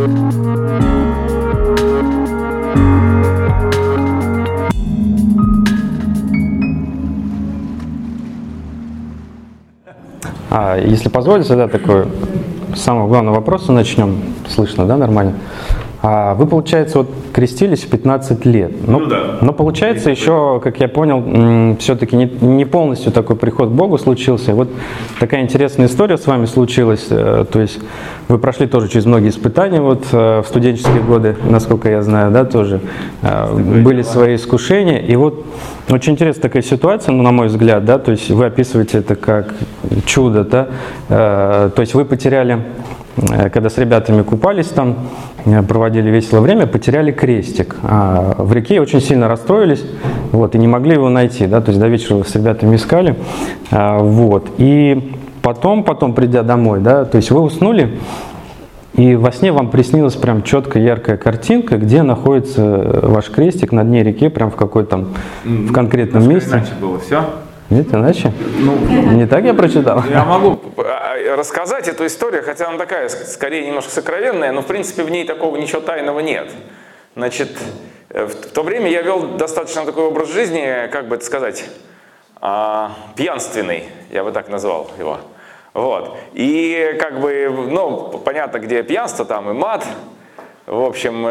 Если позволите, да, такой с самого главного вопроса начнем. Слышно, да, нормально? Вы, получается, вот крестились в 15 лет. Ну да. Но получается еще, как я понял, все-таки не полностью такой приход к Богу случился. Вот такая интересная история с вами случилась. То есть вы прошли тоже через многие испытания вот в студенческие годы, насколько я знаю, да, тоже были свои искушения. И вот очень интересная такая ситуация, ну, на мой взгляд, да, то есть вы описываете это как чудо, да, то есть вы потеряли, когда с ребятами купались там, проводили весело время, потеряли крестик. В реке очень сильно расстроились, вот, и не могли его найти, да, то есть до вечера с ребятами искали, вот, и потом, придя домой, да, то есть вы уснули, и во сне вам приснилась прям четкая, яркая картинка, где находится ваш крестик на дне реки, прям в какой-то в конкретном месте. Иначе было все. Нет, иначе? Ну, не так я прочитал? Я могу рассказать эту историю, хотя она такая, скорее, немножко сокровенная, но, в принципе, в ней такого ничего тайного нет. Значит, в то время я вел достаточно такой образ жизни, как бы это сказать, пьянственный, я бы так назвал его. Вот. И, как бы, ну, понятно, где пьянство, там и мат, в общем,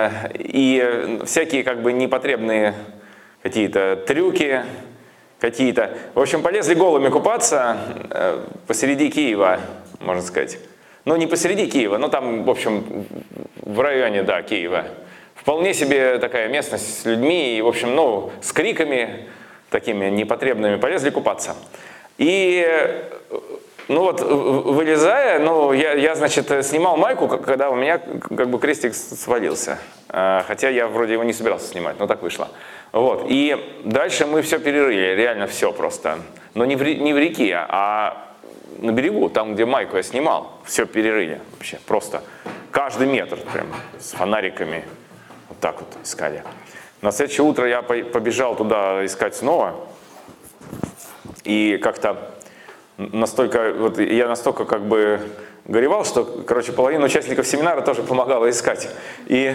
и всякие, как бы, непотребные какие-то трюки, какие-то. В общем, полезли голыми купаться посреди Киева, можно сказать. Ну, не посреди Киева, но там, в общем, в районе, да, Киева. Вполне себе такая местность с людьми, и, в общем, ну, с криками такими непотребными полезли купаться. И, ну вот, вылезая, ну, я, значит, снимал майку, когда у меня, как бы, крестик свалился. Хотя я вроде его не собирался снимать, но так вышло. Вот. И дальше мы все перерыли, реально все просто. Но не в реке, а на берегу, там, где майку я снимал, все перерыли вообще, просто. Каждый метр прям с фонариками вот так вот искали. На следующее утро я побежал туда искать снова. И как-то настолько, вот я настолько как бы горевал, что, короче, половина участников семинара тоже помогала искать. И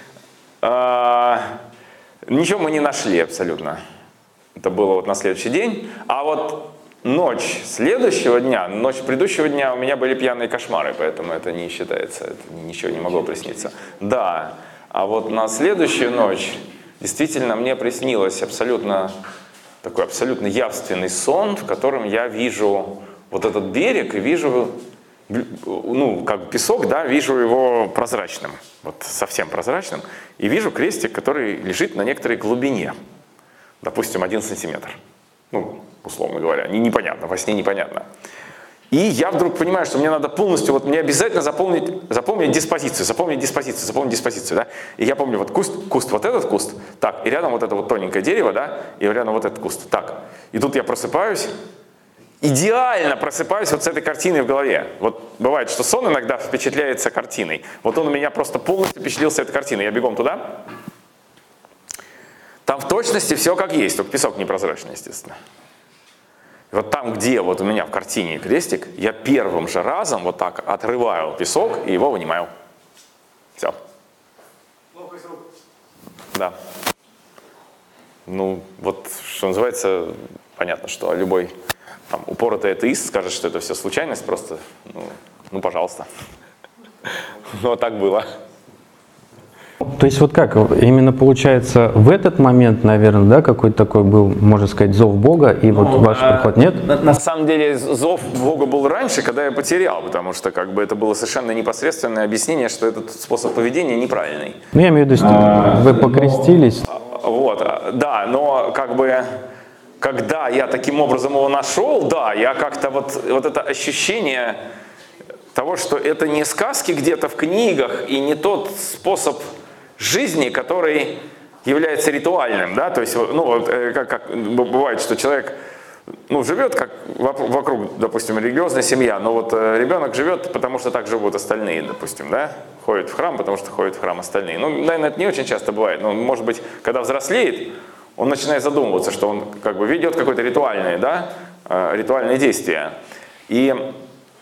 ничего мы не нашли абсолютно. Это было вот на следующий день. А вот ночь следующего дня, ночь предыдущего дня у меня были пьяные кошмары, поэтому это не считается, это ничего не могло присниться. Да, а вот на следующую ночь действительно мне приснилось такой абсолютно явственный сон, в котором я вижу вот этот берег и вижу, ну, как песок, да, вижу его прозрачным, вот совсем прозрачным, и вижу крестик, который лежит на некоторой глубине, допустим, 1 сантиметр, ну, условно говоря, непонятно, во сне непонятно. И я вдруг понимаю, что мне надо полностью, вот мне обязательно запомнить диспозицию, да, и я помню вот куст, вот этот куст, так, и рядом вот это вот тоненькое дерево, да, и рядом вот этот куст, так, и тут я просыпаюсь, идеально просыпаюсь вот с этой картиной в голове. Вот бывает, что сон иногда впечатляется картиной. Вот он у меня просто полностью впечатлился этой картиной. Я бегом туда. Там в точности все как есть, только песок непрозрачный, естественно. И вот там, где вот у меня в картине крестик, я первым же разом вот так отрываю песок и его вынимаю. Все. Да. Ну, вот, что называется, понятно, что любой там упоротый атеист скажет, что это все случайность, просто, ну пожалуйста. Но так было. То есть вот как, именно получается в этот момент, наверное, да, какой-то такой был, можно сказать, зов Бога, и вот ваш приход, нет? На самом деле зов Бога был раньше, когда я потерял, потому что как бы это было совершенно непосредственное объяснение, что этот способ поведения неправильный. Ну, я имею в виду, что вы покрестились. Вот, да, но как бы, когда я таким образом его нашел, да, я как-то вот это ощущение того, что это не сказки где-то в книгах и не тот способ жизни, который является ритуальным, да, то есть, ну, вот, как бывает, что человек, ну, живет как вокруг, допустим, религиозная семья, но вот ребенок живет, потому что так живут остальные, допустим, да, ходит в храм, потому что ходят в храм остальные. Ну, наверное, это не очень часто бывает, но, может быть, когда взрослеет, он начинает задумываться, что он как бы ведет какое-то ритуальное, да, ритуальное действие. И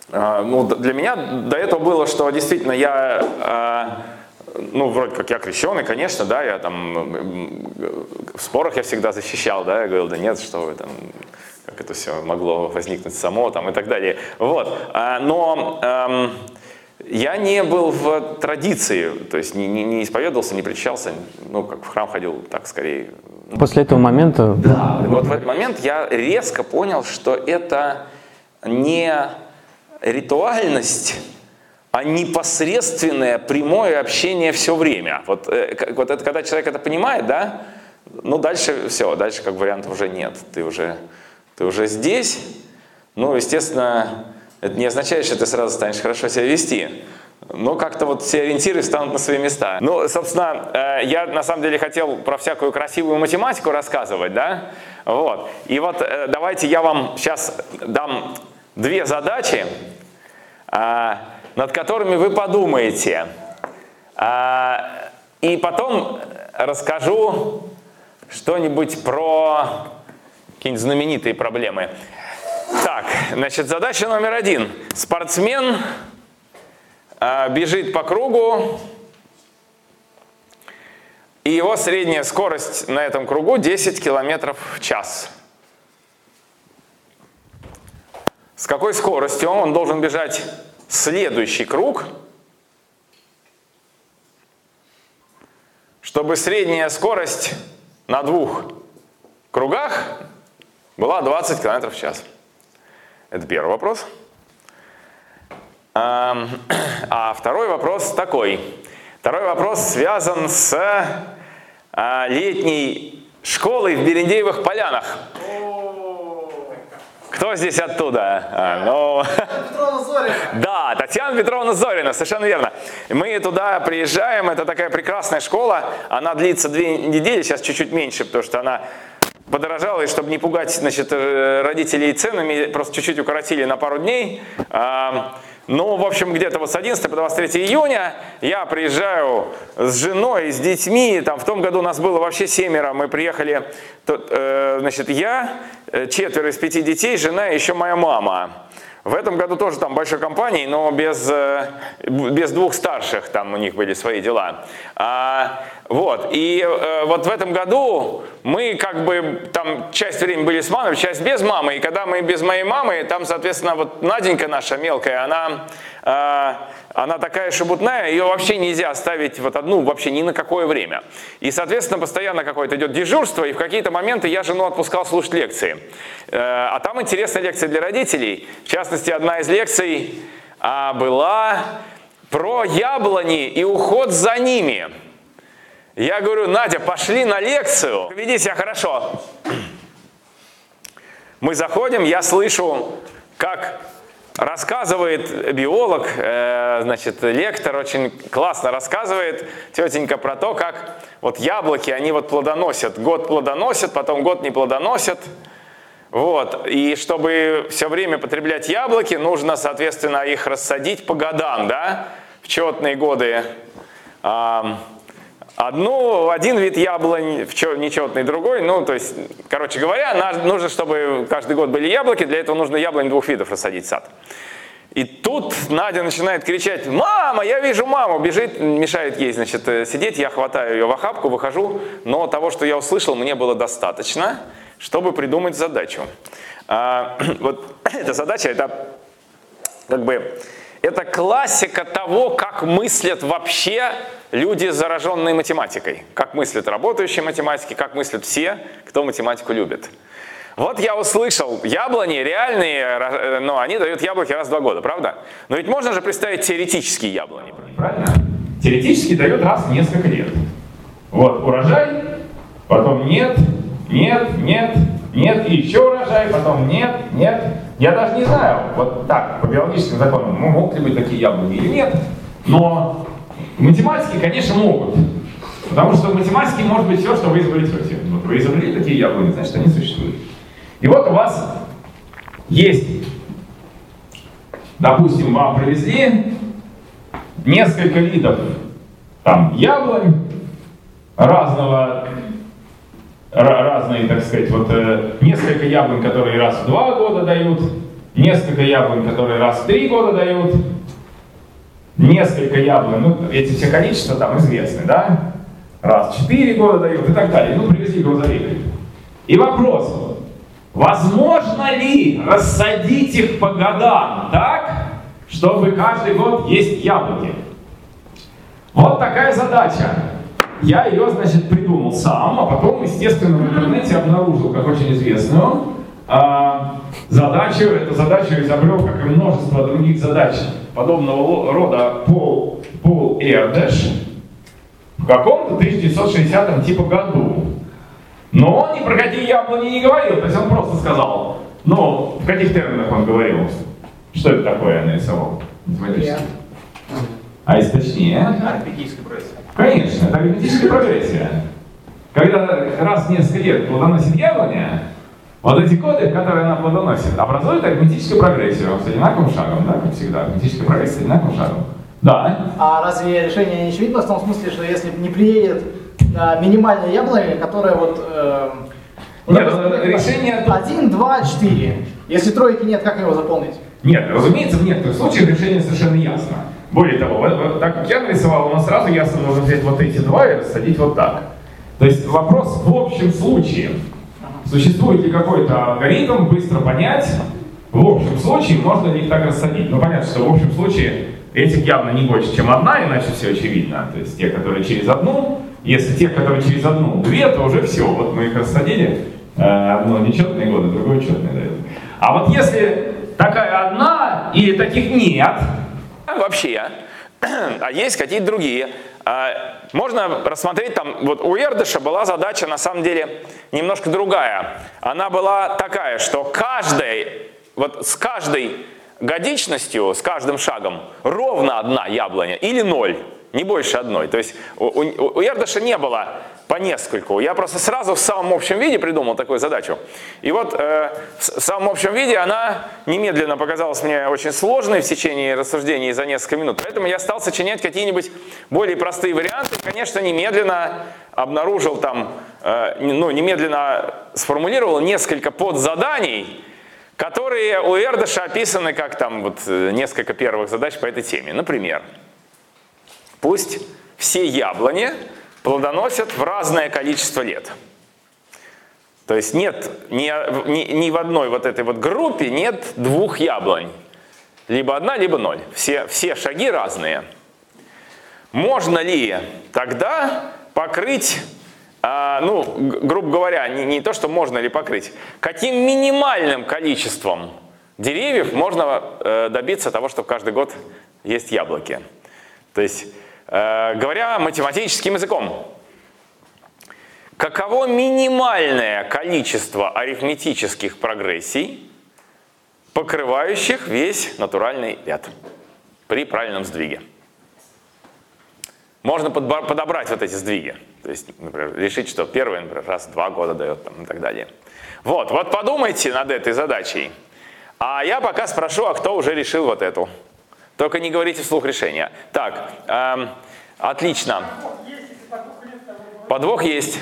Ну, для меня до этого было, что действительно я, ну, вроде как я крещеный, конечно, да, я там в спорах я всегда защищал, да, я говорил, да нет, что вы там, как это все могло возникнуть само там и так далее. Вот, но я не был в традиции, то есть не исповедовался, не причащался, ну, как в храм ходил, так скорее. После этого момента... Да, вот в этот момент я резко понял, что это не ритуальность, а непосредственное прямое общение все время. Вот это когда человек это понимает, да, ну дальше все, дальше как вариантов уже нет. Ты уже здесь, ну, естественно, это не означает, что ты сразу станешь хорошо себя вести. Но как-то вот все ориентиры встанут на свои места. Ну, собственно, я на самом деле хотел про всякую красивую математику рассказывать, да, вот. И вот давайте я вам сейчас дам 2 задачи, над которыми вы подумаете. И потом расскажу что-нибудь про какие-нибудь знаменитые проблемы. Так, значит, задача номер 1. Спортсмен бежит по кругу, и его средняя скорость на этом кругу 10 км в час. С какой скоростью он должен бежать следующий круг, чтобы средняя скорость на 2 кругах была 20 км в час? Это первый вопрос. А второй вопрос такой. Второй вопрос связан с летней школой в Берендеевых Полянах. Кто здесь оттуда? Ну... Петровна Зорина. Да, Татьяна Петровна Зорина, совершенно верно. Мы туда приезжаем, это такая прекрасная школа, она длится 2 недели, сейчас чуть-чуть меньше, потому что она подорожала, и чтобы не пугать, значит, родителей ценами, просто чуть-чуть укоротили на пару дней. Ну, в общем, где-то вот с 11 по 23 июня я приезжаю с женой, с детьми. Там в том году нас было вообще 7, мы приехали, значит, я, 4 из 5 детей, жена и еще моя мама. В этом году тоже там большой компанией, но без 2 старших, там у них были свои дела. Вот, и вот в этом году мы как бы там часть времени были с мамой, часть без мамы. И когда мы без моей мамы, там, соответственно, вот Наденька наша мелкая, она такая шебутная, ее вообще нельзя оставить вот одну вообще ни на какое время. И, соответственно, постоянно какое-то идет дежурство, и в какие-то моменты я жену отпускал слушать лекции. А там интересная лекция для родителей. В частности, одна из лекций была про яблони и уход за ними. Я говорю: Надя, пошли на лекцию, веди себя хорошо. Мы заходим, я слышу, как рассказывает биолог, значит, лектор очень классно рассказывает, тетенька, про то, как вот яблоки, они вот плодоносят, год плодоносят, потом год не плодоносят. Вот. И чтобы все время потреблять яблоки, нужно, соответственно, их рассадить по годам, да, в четные годы. Один вид яблонь, в нечетный другой. Ну, то есть, короче говоря, нужно, чтобы каждый год были яблоки, для этого нужно яблонь 2 видов рассадить в сад. И тут Надя начинает кричать: «Мама, я вижу маму!» Бежит, мешает ей, значит, сидеть, я хватаю ее в охапку, выхожу, но того, что я услышал, мне было достаточно, чтобы придумать задачу. Вот эта задача, это как бы... Это классика того, как мыслят вообще люди, зараженные математикой. Как мыслят работающие математики, как мыслят все, кто математику любит. Вот я услышал, яблони реальные, но они дают яблоки раз в 2 года, правда? Но ведь можно же представить теоретические яблони. Правильно? Теоретически дает раз в несколько лет. Вот урожай, потом нет, и еще урожай, потом нет. Я даже не знаю, вот так, по биологическим законам, могут ли быть такие яблони или нет, но математики, конечно, могут. Потому что в математике может быть все, что вы изобретете. Вот вы изобрели такие яблони, значит, они существуют. И вот у вас есть, допустим, вам привезли несколько видов там яблонь разные, так сказать, вот несколько яблонь, которые раз в 2 года дают несколько яблонь, которые раз в 3 года дают, несколько яблонь, ну, эти все количества там известны, да? Раз в 4 года дают и так далее. Ну, привезли грузовик. И вопрос, возможно ли рассадить их по годам так, чтобы каждый год есть яблоки? Вот такая задача. Я ее, значит, придумал сам, а потом, естественно, в интернете обнаружил, как очень известную задачу. Эту задачу изобрел, как и множество других задач подобного рода Пол Эрдеш в каком-то 1960 типа году. Но он ни про какие яблони не говорил, то есть он просто сказал, ну, в каких терминах он говорил, что это такое я нарисовал? А если точнее? Арифметическая прогрессия. Конечно, это арифметическая прогрессия. Когда раз в несколько лет плодоносит яблоня, вот эти коды, которые она плодоносит, образуют арифметическую прогрессию с одинаковым шагом, да, как всегда, арифметическая прогрессия с одинаковым шагом. Да. А разве решение не очевидно в том смысле, что если не приедет минимальное яблоко, которое вот... Нет, решение... 1, 2, 4. Если тройки нет, как его заполнить? Нет, разумеется, в некоторых случаях решение совершенно ясно. Более того, так как я нарисовал, у нас сразу ясно нужно взять вот эти два и рассадить вот так. То есть вопрос в общем случае. Существует ли какой-то алгоритм, быстро понять, в общем случае можно ли их так рассадить? Ну понятно, что в общем случае этих явно не больше, чем одна, иначе все очевидно. То есть те, которые через одну, если тех, которые через одну, две, то уже все. Вот мы их рассадили, одно нечетные годы, другое четное дает. А вот если такая одна или таких нет, вообще, а есть какие-то другие. Можно рассмотреть, там, вот у Эрдеша была задача на самом деле немножко другая. Она была такая, что вот с каждой годичностью, с каждым шагом ровно одна яблоня или 0, не больше одной. То есть у Эрдеша не было по нескольку. Я просто сразу в самом общем виде придумал такую задачу. И вот в самом общем виде она немедленно показалась мне очень сложной в течение рассуждений за несколько минут. Поэтому я стал сочинять какие-нибудь более простые варианты. Конечно, немедленно обнаружил там, немедленно сформулировал несколько подзаданий, которые у Эрдеша описаны как там вот несколько первых задач по этой теме. Например, пусть все яблони плодоносят в разное количество лет. То есть нет ни в одной вот этой вот группе нет 2 яблонь. Либо 1, либо 0. Все шаги разные. Можно ли тогда покрыть, грубо говоря, не то, что можно ли покрыть, каким минимальным количеством деревьев можно добиться того, чтобы каждый год есть яблоки? То есть, говоря математическим языком, каково минимальное количество арифметических прогрессий, покрывающих весь натуральный ряд при правильном сдвиге? Можно подобрать вот эти сдвиги. То есть, например, решить, что первый, например, раз в 2 года дает там, и так далее. Вот подумайте над этой задачей. А я пока спрошу, а кто уже решил вот эту? Только не говорите вслух решения. Так, отлично. Подвох есть.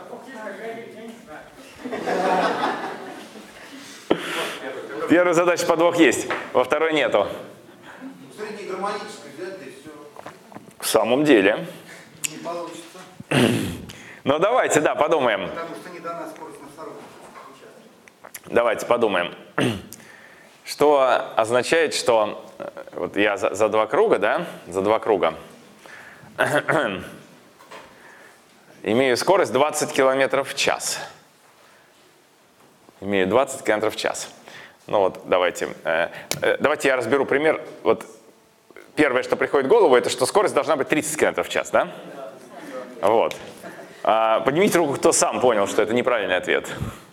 Первая задача подвох есть, во второй нету. Средний гармонический взять, да и все. В самом деле. Не получится. Ну давайте, да, подумаем. Потому что не дана скорость носорога. Давайте подумаем. Что означает, что вот я за 2 круга, да, за 2 круга имею скорость 20 км в час. Имею 20 км в час. Ну вот, давайте я разберу пример. Вот первое, что приходит в голову, это что скорость должна быть 30 км в час, да? Вот. Поднимите руку, кто сам понял, что это неправильный ответ.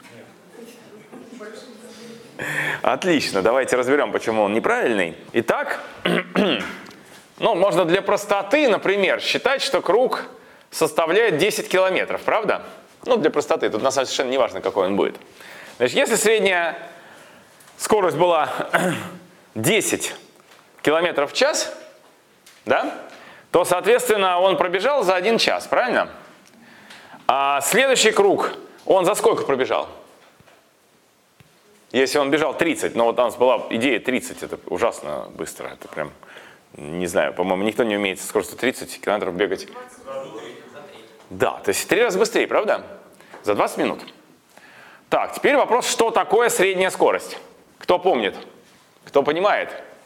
Отлично, давайте разберем, почему он неправильный. Итак, можно для простоты, например, считать, что круг составляет 10 километров, правда? Для простоты, тут на самом деле совершенно не важно, какой он будет. Значит, если средняя скорость была 10 километров в час, да, то, соответственно, он пробежал за 1 час, правильно? А следующий круг, он за сколько пробежал? Если он бежал 30, но вот у нас была идея 30, это ужасно быстро. Это прям, не знаю, по-моему, никто не умеет со скоростью 30 километров бегать. Да, то есть в 3 раза быстрее, правда? За 20 минут. Так, теперь вопрос, что такое средняя скорость? Кто помнит? Кто понимает?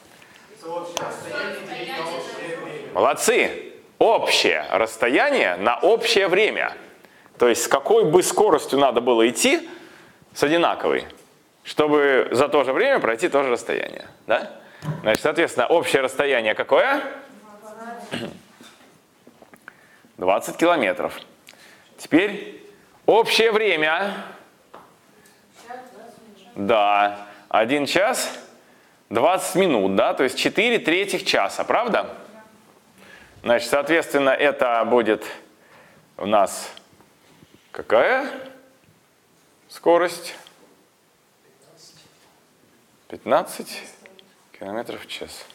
Молодцы! Общее расстояние на общее время. То есть с какой бы скоростью надо было идти, с одинаковой, чтобы за то же время пройти то же расстояние. Да? Значит, соответственно, общее расстояние какое? 20 километров. Теперь общее время. Да, 1 час 20 минут, да, то есть 4/3 часа, правда? Значит, соответственно, это будет у нас какая скорость? 15 километров в час.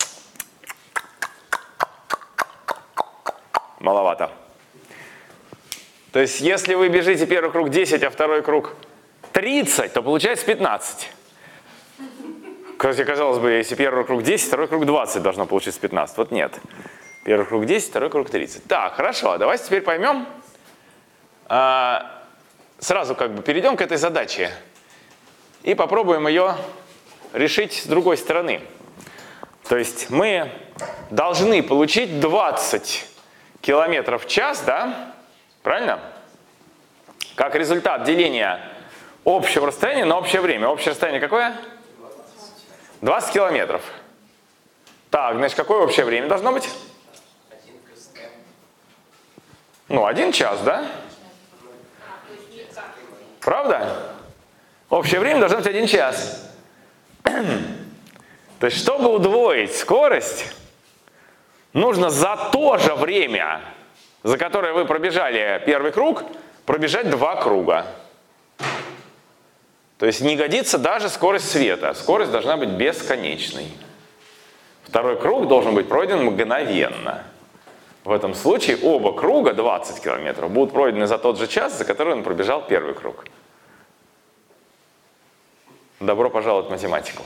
Маловато. То есть, если вы бежите первый круг 10, а второй круг 30, то получается 15. Кстати, казалось бы, если первый круг 10, второй круг 20 должно получиться 15. Вот нет. Первый круг 10, второй круг 30. Так, хорошо, давайте теперь поймем. Сразу как бы перейдем к этой задаче и попробуем ее решить с другой стороны. То есть мы должны получить 20 километров в час, да? Правильно? Как результат деления общего расстояния на общее время. Общее расстояние какое? 20 километров. Так, значит, какое общее время должно быть? 1 час, да? Правда? Общее время должно быть 1 час. То есть, чтобы удвоить скорость, нужно за то же время, за которое вы пробежали первый круг, пробежать 2 круга. То есть не годится даже скорость света. Скорость должна быть бесконечной. Второй круг должен быть пройден мгновенно. В этом случае оба круга, 20 километров, будут пройдены за тот же час, за который он пробежал первый круг. Добро пожаловать в математику.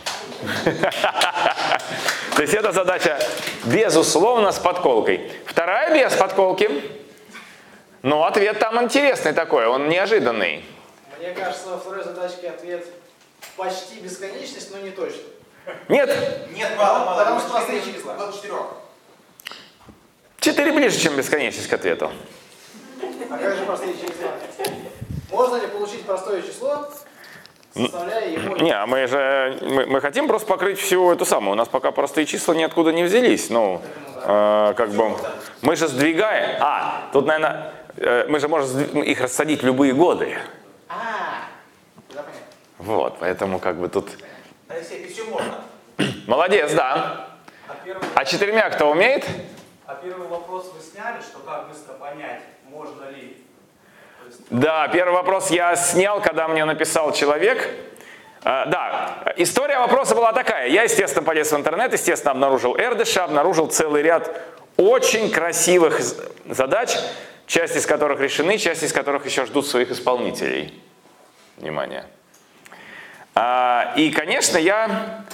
То есть эта задача, безусловно, с подколкой. Вторая без подколки. Но ответ там интересный такой, он неожиданный. Мне кажется, во второй задачке ответ почти бесконечность, но не точно. Нет. Нет, мало. Потому что простые числа. До 4. 4 ближе, чем бесконечность к ответу. А как же простые числа? Можно ли получить простое число, составляя его... Не, мы хотим просто покрыть всю эту самую. У нас пока простые числа ниоткуда не взялись. Как бы мы же сдвигаем. Тут, наверное, мы же можем их рассадить в любые годы. Да, понятно. Вот, поэтому как бы тут... Алексей, еще можно? Молодец, да. А 4 кто умеет? А первый вопрос вы сняли, что как быстро понять, можно ли? Да, первый вопрос я снял, когда мне написал человек. Да, история вопроса была такая. Я, естественно, полез в интернет, естественно, обнаружил Эрдыша, обнаружил целый ряд очень красивых задач, часть из которых решены, часть из которых еще ждут своих исполнителей. Внимание. И, конечно, я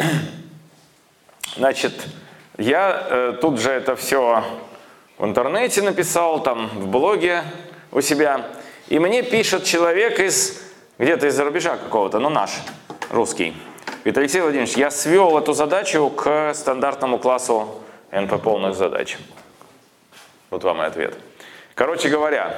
тут же это все в интернете написал, там в блоге у себя. И мне пишет человек где-то из-за рубежа какого-то, наш, русский. Говорит: Алексей Владимирович, я свел эту задачу к стандартному классу НП полных задач. Вот вам и ответ. Короче говоря,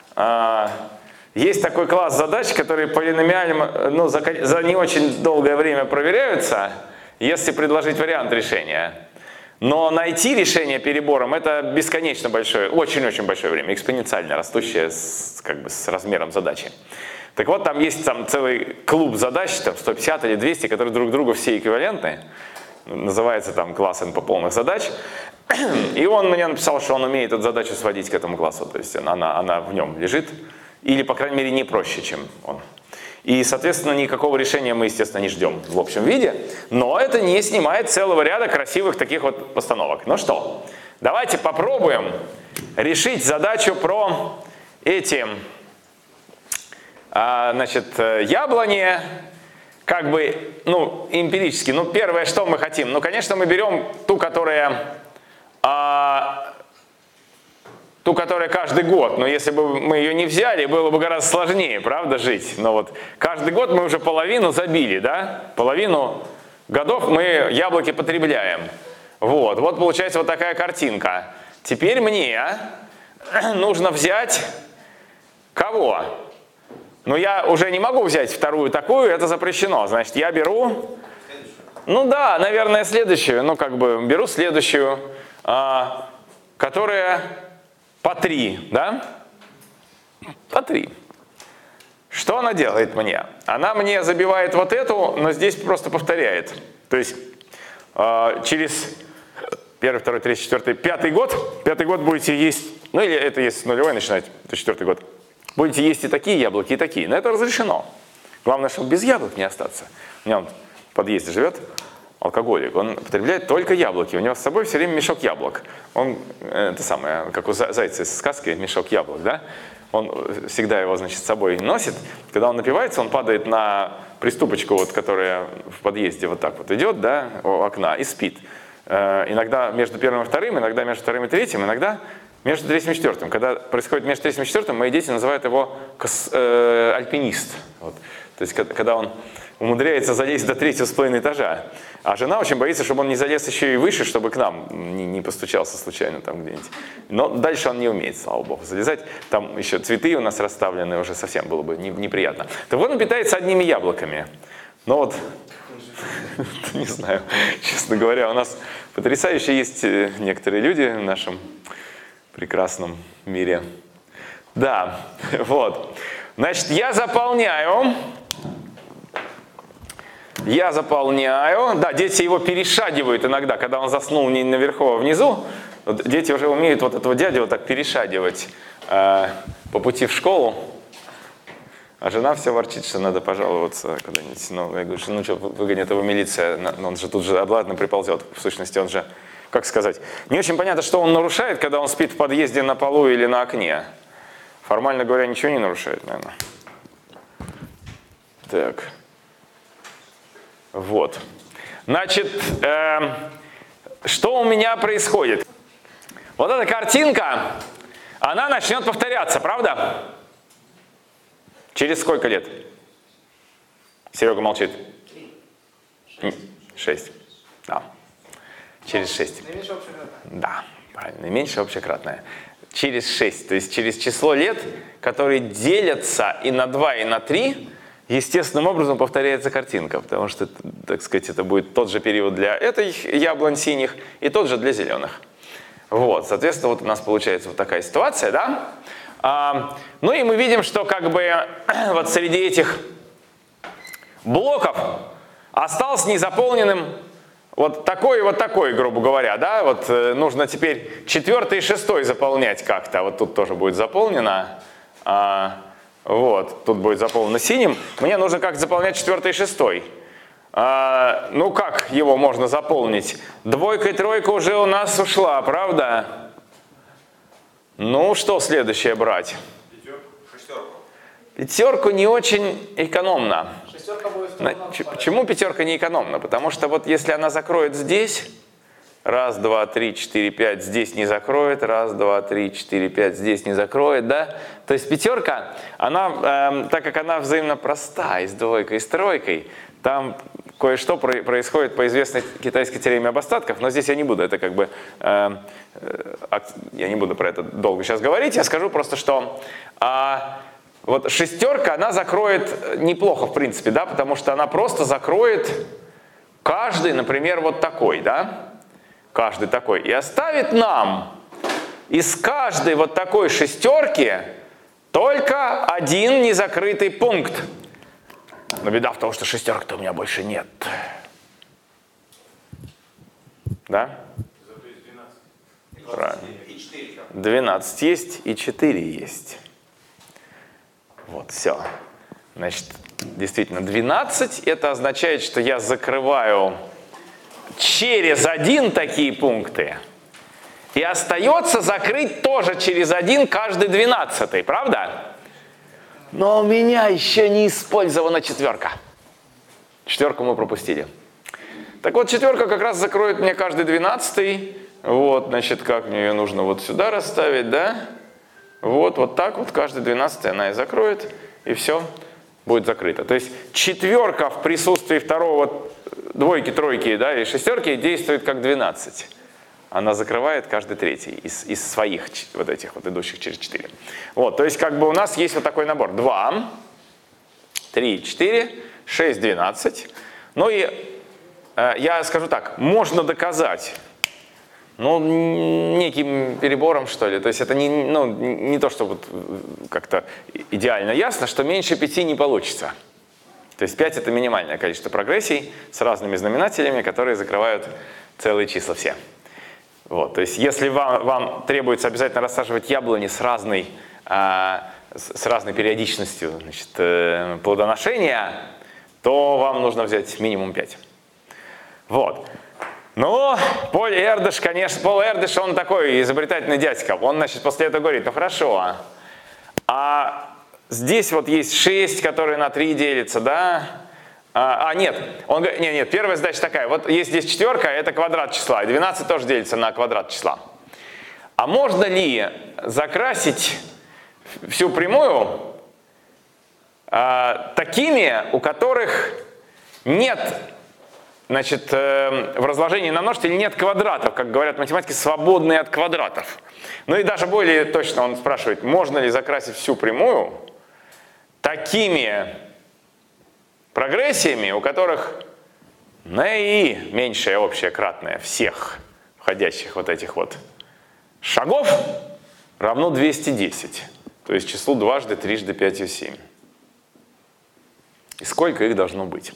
есть такой класс задач, которые полиномиальным, за не очень долгое время проверяются, если предложить вариант решения. Но найти решение перебором — это бесконечно большое, очень-очень большое время, экспоненциально растущее с размером задачи. Так вот, там есть целый клуб задач, 150 или 200, которые друг другу все эквивалентны. Называется там класс НП полных задач. И он мне написал, что он умеет эту задачу сводить к этому классу. То есть она в нем лежит. Или, по крайней мере, не проще, чем он. И, соответственно, никакого решения мы, естественно, не ждем в общем виде. Но это не снимает целого ряда красивых таких вот постановок. Ну что, давайте попробуем решить задачу про эти яблони, как бы, ну, эмпирически. Ну, первое, что мы хотим? Ну, конечно, мы берем ту, которая каждый год. Но если бы мы ее не взяли, было бы гораздо сложнее, правда, жить. Но вот каждый год мы уже половину забили, да? Половину годов мы яблоки потребляем. Вот получается вот такая картинка. Теперь мне нужно взять кого? Но я уже не могу взять вторую такую, это запрещено. Значит, я беру, ну да, наверное, следующую. Ну, как бы беру следующую, которая по 3, да? По 3. Что она делает мне? Она мне забивает вот эту, но здесь просто повторяет. То есть через 1, 2, 3, 4, 5 год будете есть, ну или это если с нулевой начинать, то 4 год. Будете есть и такие яблоки, и такие. Но это разрешено. Главное, чтобы без яблок не остаться. У меня он в подъезде живет, алкоголик. Он потребляет только яблоки. У него с собой все время мешок яблок. Он, это самое, как у зайца из сказки, мешок яблок, да? Он всегда его, значит, с собой носит. Когда он напивается, он падает на приступочку, вот, которая в подъезде вот так вот идет, да, у окна, и спит. Иногда между первым и вторым, иногда между вторым и третьим, иногда между третьим и четвертым. Когда происходит между третьим и четвертым, мои дети называют его альпинист. Вот. То есть, когда он умудряется залезть до 3,5 этажа. А жена очень боится, чтобы он не залез еще и выше, чтобы к нам не постучался случайно там где-нибудь. Но дальше он не умеет, слава богу, залезать. Там еще цветы у нас расставлены, уже совсем было бы неприятно. Так вот он питается одними яблоками. Но вот, не знаю, честно говоря, у нас потрясающе есть некоторые люди в нашем прекрасном мире. Да, вот. Значит, я заполняю. Да, дети его перешагивают иногда, когда он заснул не наверху, а внизу. Вот дети уже умеют вот этого дядю вот так перешагивать по пути в школу. А жена все ворчит, что надо пожаловаться куда-нибудь. Ну, я говорю, что ну что, выгонит его милиция, он же тут же обратно приползет. В сущности, он же, как сказать, не очень понятно, что он нарушает, когда он спит в подъезде на полу или на окне. Формально говоря, ничего не нарушает, наверное. Так. Вот. Значит, что у меня происходит? Вот эта картинка, она начнет повторяться, правда? Через сколько лет? Серега молчит. 6. Да. Через 6. Наименьшее общекратное. Да, правильно. Наименьшее общекратное. Через 6. То есть через число лет, которые делятся и на 2, и на 3, естественным образом повторяется картинка, потому что, так сказать, это будет тот же период для этих яблонь синих и тот же для зеленых. Вот, соответственно, вот у нас получается вот такая ситуация, да? Ну и мы видим, что как бы вот среди этих блоков остался незаполненным вот такой, грубо говоря, да? Вот нужно теперь 4 и 6 заполнять как-то. Вот тут тоже будет заполнено. Вот, тут будет заполнено синим. Мне нужно как заполнять 4 и 6. Ну как его можно заполнить? 2 и 3 уже у нас ушла, правда? Ну что следующее брать? 5 не очень экономно. 6 будет Почему 5 не экономна? Потому что вот если она закроет здесь, 1, 2, 3, 4, 5 здесь не закроет, 1, 2, 3, 4, 5 здесь не закроет, да? То есть 5, она, так как она взаимно проста и с 2, и с 3, там кое-что происходит по известной китайской теореме об остатках, но здесь я не буду, это как бы, я не буду про это долго сейчас говорить, я скажу просто, что вот 6, она закроет неплохо, в принципе, да, потому что она просто закроет каждый, например, вот такой, да, каждый такой, и оставит нам из каждой вот такой 6 только один незакрытый пункт. Но беда в том, что 6-то у меня больше нет. Да? Зато есть 12. Правильно. И 4. 12 есть и 4 есть. Вот, все. Значит, действительно, 12 это означает, что я закрываю через 1 такие пункты. И остается закрыть тоже через 1 каждый 12, правда? Но у меня еще не использована 4. Четверку мы пропустили. Так вот, четверка как раз закроет мне каждый 12-й. Вот, значит, как мне ее нужно вот сюда расставить, да? Вот так вот каждый 12-й она и закроет, и все будет закрыто. То есть четверка в присутствии второго, двойки, тройки, да, и шестерки действует как 12. Она закрывает каждый третий из своих вот этих вот идущих через 4. Вот, то есть как бы у нас есть вот такой набор. 2, 3, 4, 6, 12. Ну и я скажу так, можно доказать, ну, неким перебором, что ли. То есть это не то, что вот как-то идеально ясно, что меньше 5 не получится. То есть 5 это минимальное количество прогрессий с разными знаменателями, которые закрывают целые числа все. Вот, то есть если вам требуется обязательно рассаживать яблони с разной периодичностью, значит, плодоношения, то вам нужно взять минимум 5. Вот. Ну, Пол Эрдыш, конечно, Пол Эрдыш, он такой изобретательный дядька. Он, значит, после этого говорит, ну хорошо, а здесь вот есть 6, которые на 3 делятся, да? Нет, он говорит, нет, первая задача такая, вот есть здесь четверка, это квадрат числа, и 12 тоже делится на квадрат числа. А можно ли закрасить всю прямую такими, у которых нет, значит, в разложении на множителе нет квадратов, как говорят математики, свободные от квадратов. Ну и даже более точно он спрашивает, можно ли закрасить всю прямую такими прогрессиями, у которых наименьшее общее кратное всех входящих вот этих вот шагов равно 210. То есть числу дважды, трижды, 5 и 7. И сколько их должно быть?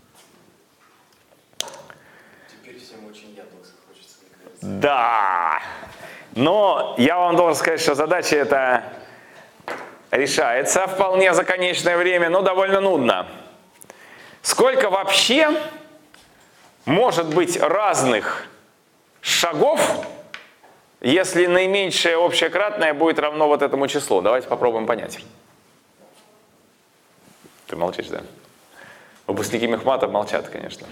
Теперь всем очень яблок захочется, мне кажется. Да! Но я вам должен сказать, что задача эта решается вполне за конечное время, но довольно нудно. Сколько вообще может быть разных шагов, если наименьшее общее кратное будет равно вот этому числу? Давайте попробуем понять. Ты молчишь, да? Выпускники мехмата молчат, конечно.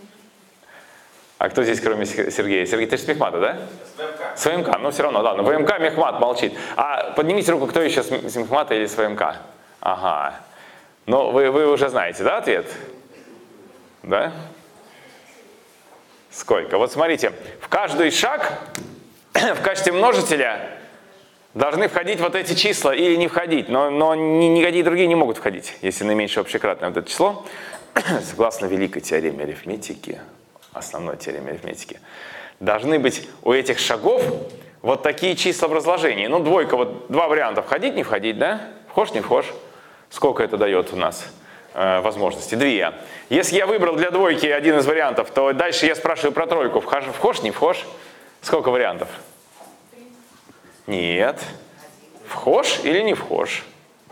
А кто здесь, кроме Сергея? Сергей, ты же с мехмата, да? С ВМК. Ну, все равно, ладно. ВМК, мехмат молчит. А поднимите руку, кто еще с мехмата или с ВМК? Ага. Ну, вы уже знаете, да, ответ? Да? Сколько? Вот смотрите, в каждый шаг в качестве множителя должны входить вот эти числа или не входить, но никакие другие не могут входить, если наименьшее общекратное вот это число, согласно великой теореме арифметики, основной теореме арифметики, должны быть у этих шагов вот такие числа в разложении. Ну, двойка, вот два варианта, входить, не входить, да? Вхож, не вхож. Сколько это дает у нас возможностей? 2. Если я выбрал для двойки один из вариантов, то дальше я спрашиваю про тройку. Вхож, не вхож? Сколько вариантов? Нет. Вхож или не вхож?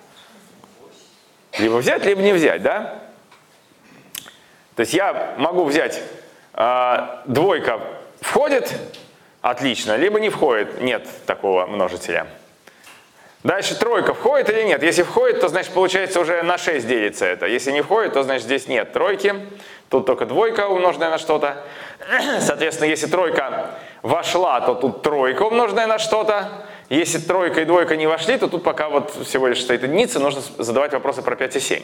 Либо взять, либо не взять, да? То есть я могу взять двойка входит, отлично, либо не входит, нет такого множителя. Дальше тройка входит или нет? Если входит, то значит получается уже на 6 делится это. Если не входит, то значит здесь нет тройки. Тут только двойка умноженная на что-то. Соответственно, если тройка вошла, то тут тройка умноженная на что-то. Если тройка и двойка не вошли, то тут пока вот всего лишь стоит единица, нужно задавать вопросы про 5 и 7.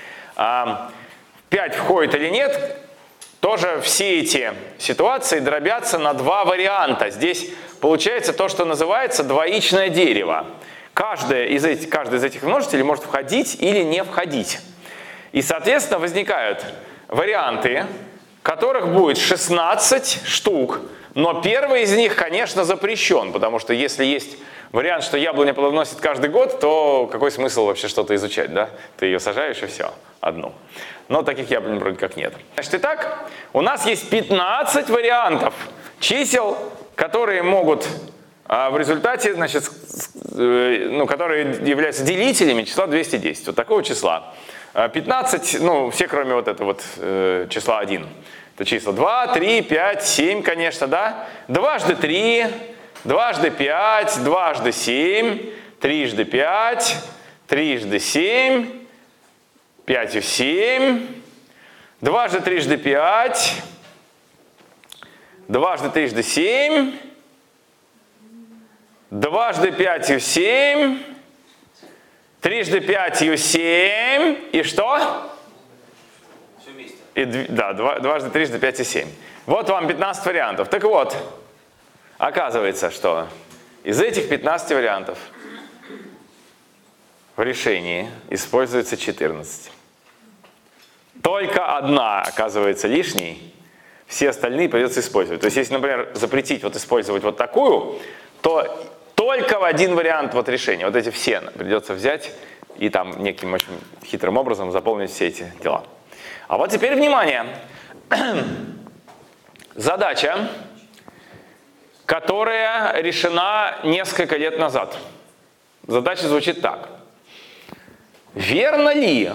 5 входит или нет? Тоже все эти ситуации дробятся на два варианта. Здесь получается то, что называется двоичное дерево. Каждый из этих множителей может входить или не входить. И, соответственно, возникают варианты, которых будет 16 штук. Но первый из них, конечно, запрещен, потому что если есть вариант, что яблоня плодоносит каждый год, то какой смысл вообще что-то изучать, да? Ты ее сажаешь и все, одну. Но таких яблонь вроде как нет. Значит, итак, у нас есть 15 вариантов чисел, которые могут в результате, значит, которые являются делителями числа 210. Вот такого числа. 15, все кроме вот этого вот числа 1. Это числа 2, 3, 5, 7, конечно, да? Дважды 3, дважды 5, дважды 7, трижды 5, трижды 7, 5 и 7, дважды трижды 5, дважды трижды 7, дважды 5 – 7, трижды 5 – 7, и что? Все вместе. Да, дважды трижды 5 и 7. Вот вам 15 вариантов. Так вот, оказывается, что из этих 15 вариантов в решении используется 14. Только одна оказывается лишней, все остальные придется использовать. То есть, если, например, запретить вот использовать вот такую, то только в один вариант вот решения. Вот эти все придется взять и там неким очень хитрым образом заполнить все эти дела. А вот теперь внимание. Задача, которая решена несколько лет назад. Задача звучит так. Верно ли,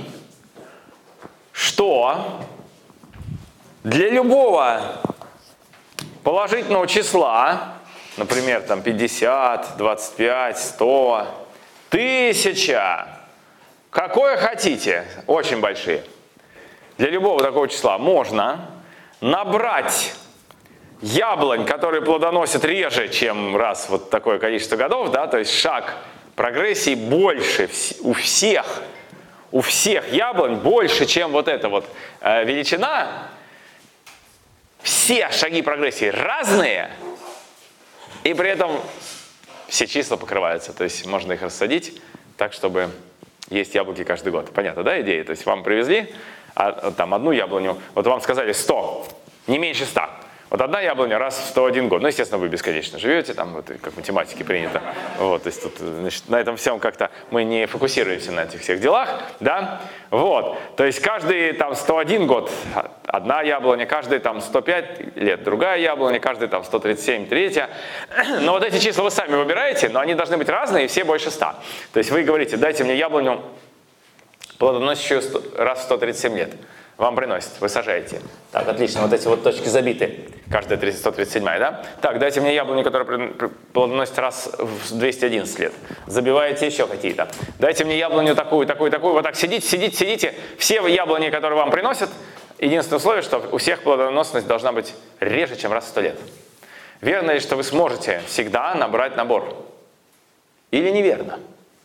что для любого положительного числа, например, там 50, 25, 100, 1000, какое хотите, очень большие, для любого такого числа можно набрать яблонь, которые плодоносят реже, чем раз вот такое количество годов, да, то есть шаг прогрессии больше у всех яблонь больше, чем вот эта вот величина. Все шаги прогрессии разные, и при этом все числа покрываются. То есть можно их рассадить так, чтобы есть яблоки каждый год. Понятно, да, идея? То есть вам привезли там одну яблоню, вот вам сказали 100, не меньше 100. Вот одна яблоня раз в 101 год. Ну, естественно, вы бесконечно живете, там, вот, как в математике принято. Вот, то есть тут, значит, на этом всем как-то мы не фокусируемся на этих всех делах, да. Вот, то есть каждый там 101 год одна яблоня, каждый там 105 лет другая яблоня, каждый там 137 третья. Но вот эти числа вы сами выбираете, но они должны быть разные, и все больше 100. То есть вы говорите, дайте мне яблоню, плодоносящую раз в 137 лет. Вам приносят, вы сажаете. Так, отлично, вот эти вот точки забиты. Каждая 137, да? Так, дайте мне яблоню, которая плодоносит раз в 211 лет. Забиваете еще какие-то. Дайте мне яблоню такую, такую, такую. Вот так сидите. Все яблони, которые вам приносят, единственное условие, что у всех плодоносность должна быть реже, чем раз в 100 лет. Верно ли, что вы сможете всегда набрать набор? Или неверно?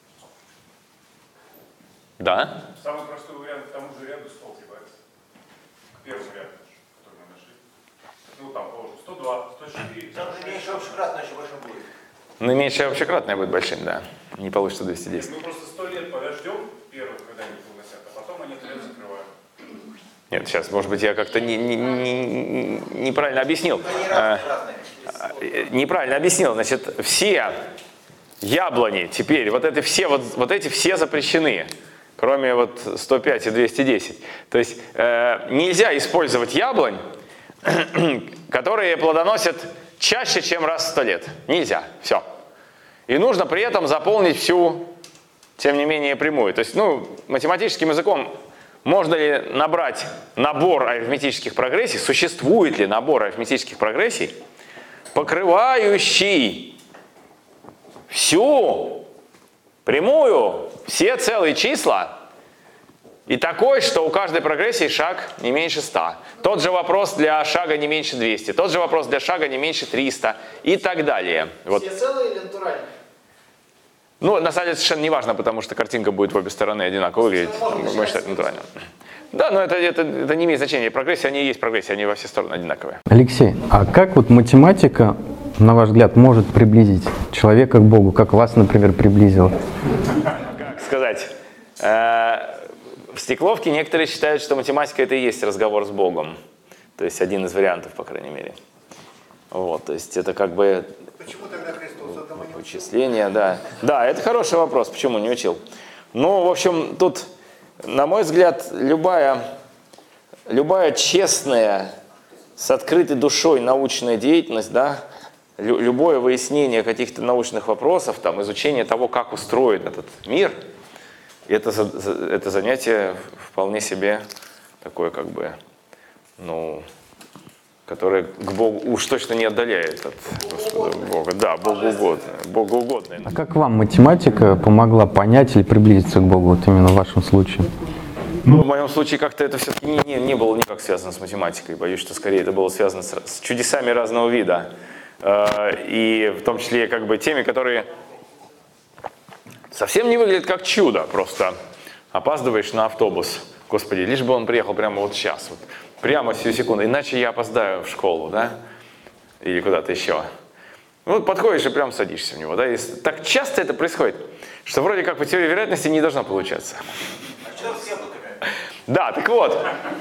Да? Самый простой вариант к тому же ряду 100 прибавится. К первому ряду, который мы нашли. Ну там положим 102, 104. Там наименьшее общекратное еще больше будет. Наименьшее общекратное будет большим, да. Не получится 210. Мы просто 100 лет подождем первых, когда они плодоносят, а потом они это закрывают. Нет, сейчас, может быть, я как-то неправильно объяснил. Неправильно объяснил. Значит, все яблони теперь, вот эти все запрещены, кроме вот 105 и 210. То есть нельзя использовать яблонь, которые плодоносят чаще, чем раз в 100 лет. Нельзя. Все. И нужно при этом заполнить всю, тем не менее, прямую. То есть, математическим языком можно ли набрать набор арифметических прогрессий, существует ли набор арифметических прогрессий, покрывающий всю прямую, все целые числа, и такой, что у каждой прогрессии шаг не меньше 100. Тот же вопрос для шага не меньше 200, тот же вопрос для шага не меньше 300 и так далее. Вот. Все целые или натуральные? На самом деле совершенно не важно, потому что картинка будет в обе стороны одинаково выглядеть. Мы считаем натурально. Да, но это не имеет значения. Прогрессия, они и есть прогрессия, они во все стороны одинаковые. Алексей, а как вот математика, на ваш взгляд, может приблизить человека к Богу? Как вас, например, приблизила? Как сказать? В Стекловке некоторые считают, что математика это и есть разговор с Богом. То есть один из вариантов, по крайней мере. Вот, то есть это как бы... Почему тогда Христос этому не учил? Вычисления, да. Да, это хороший вопрос, почему не учил. В общем, тут, на мой взгляд, любая честная, с открытой душой научная деятельность, да, любое выяснение каких-то научных вопросов, там, изучение того, как устроен этот мир, это занятие вполне себе такое, как бы, которое к Богу уж точно не отдаляет от Господа Бога. Да, богоугодное. А как вам математика помогла понять или приблизиться к Богу, вот именно в вашем случае? Ну, в моем случае как-то это все-таки не было никак связано с математикой. Боюсь, что скорее это было связано с чудесами разного вида. И в том числе как бы теми, которые совсем не выглядят как чудо. Просто опаздываешь на автобус. Господи, лишь бы он приехал прямо вот сейчас. Вот, прямо сию секунду. Иначе я опоздаю в школу, да? Или куда-то еще. Ну, подходишь и прям садишься в него. Да? И так часто это происходит, что вроде как по теории вероятности не должно получаться. Да, так вот.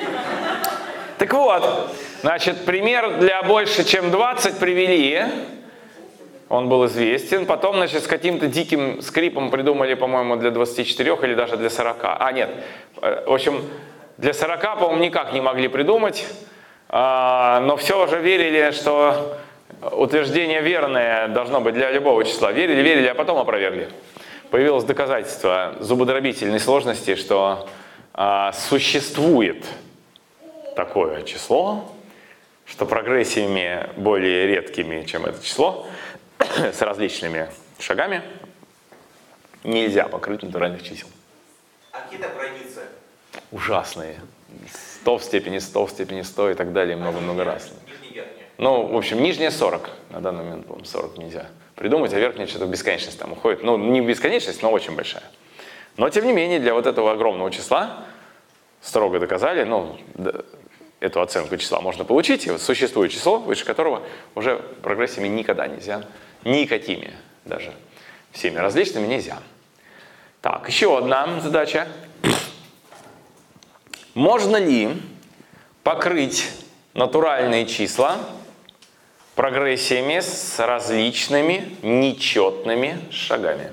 Значит, пример для больше, чем 20 привели. Он был известен. Потом, значит, с каким-то диким скрипом придумали, по-моему, для 24 или даже для 40. А, нет. В общем, для 40, по-моему, никак не могли придумать. Но все же верили, что утверждение верное должно быть для любого числа. Верили, а потом опровергли. Появилось доказательство зубодробительной сложности, что существует такое число, что прогрессиями более редкими, чем это число, с различными шагами, нельзя покрыть натуральных чисел. А какие-то границы? Ужасные. 100 в степени 100 в степени 100 и так далее, много-много раз. Нижний, верхний. Ну, в общем, нижняя 40. На данный момент, по-моему, 40 нельзя придумать, а верхняя что-то в бесконечность там уходит. Ну, не в бесконечность, но очень большая. Но, тем не менее, для вот этого огромного числа строго доказали, ну, эту оценку числа можно получить, и вот существует число, выше которого уже прогрессиями никогда нельзя, никакими даже, всеми различными нельзя. Так, еще одна задача. Можно ли покрыть натуральные числа прогрессиями с различными нечетными шагами?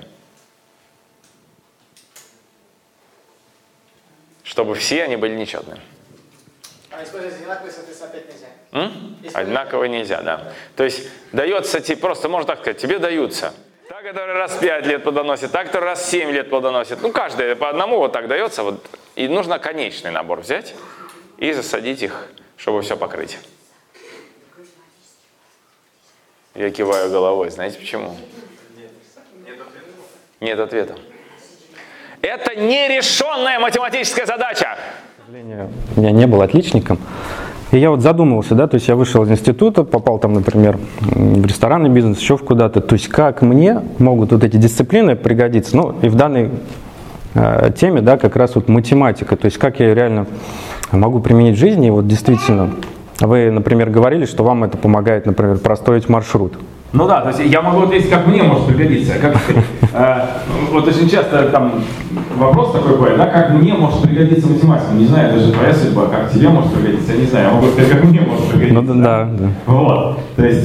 Чтобы все они были нечетными. А использовать одинаковые, соответственно, опять нельзя. Одинаково нельзя, да. То есть дается тебе, просто можно так сказать, тебе даются. Та, которая раз 5 лет плодоносит, та, которая раз 7 лет плодоносит. Ну, каждая по одному вот так дается. Вот, и нужно конечный набор взять и засадить их, чтобы все покрыть. Я киваю головой. Знаете почему? Нет ответа. Это нерешенная математическая задача. К сожалению, я не был отличником. И я вот задумывался, да, то есть я вышел из института, попал там, например, в ресторанный бизнес, еще в куда-то. То есть как мне могут вот эти дисциплины пригодиться? Ну, и в данной теме, да, как раз вот математика. То есть как я ее реально могу применить в жизни. И вот действительно, вы, например, говорили, что вам это помогает, например, простроить маршрут. Ну да, то есть я могу ответить, как мне может пригодиться. Вот очень часто там вопрос такой бывает, да, как мне может пригодиться математика. Не знаю, это же твоя судьба, как тебе может пригодиться, я не знаю. Я могу сказать, как мне может пригодиться. Ну да. Вот, то есть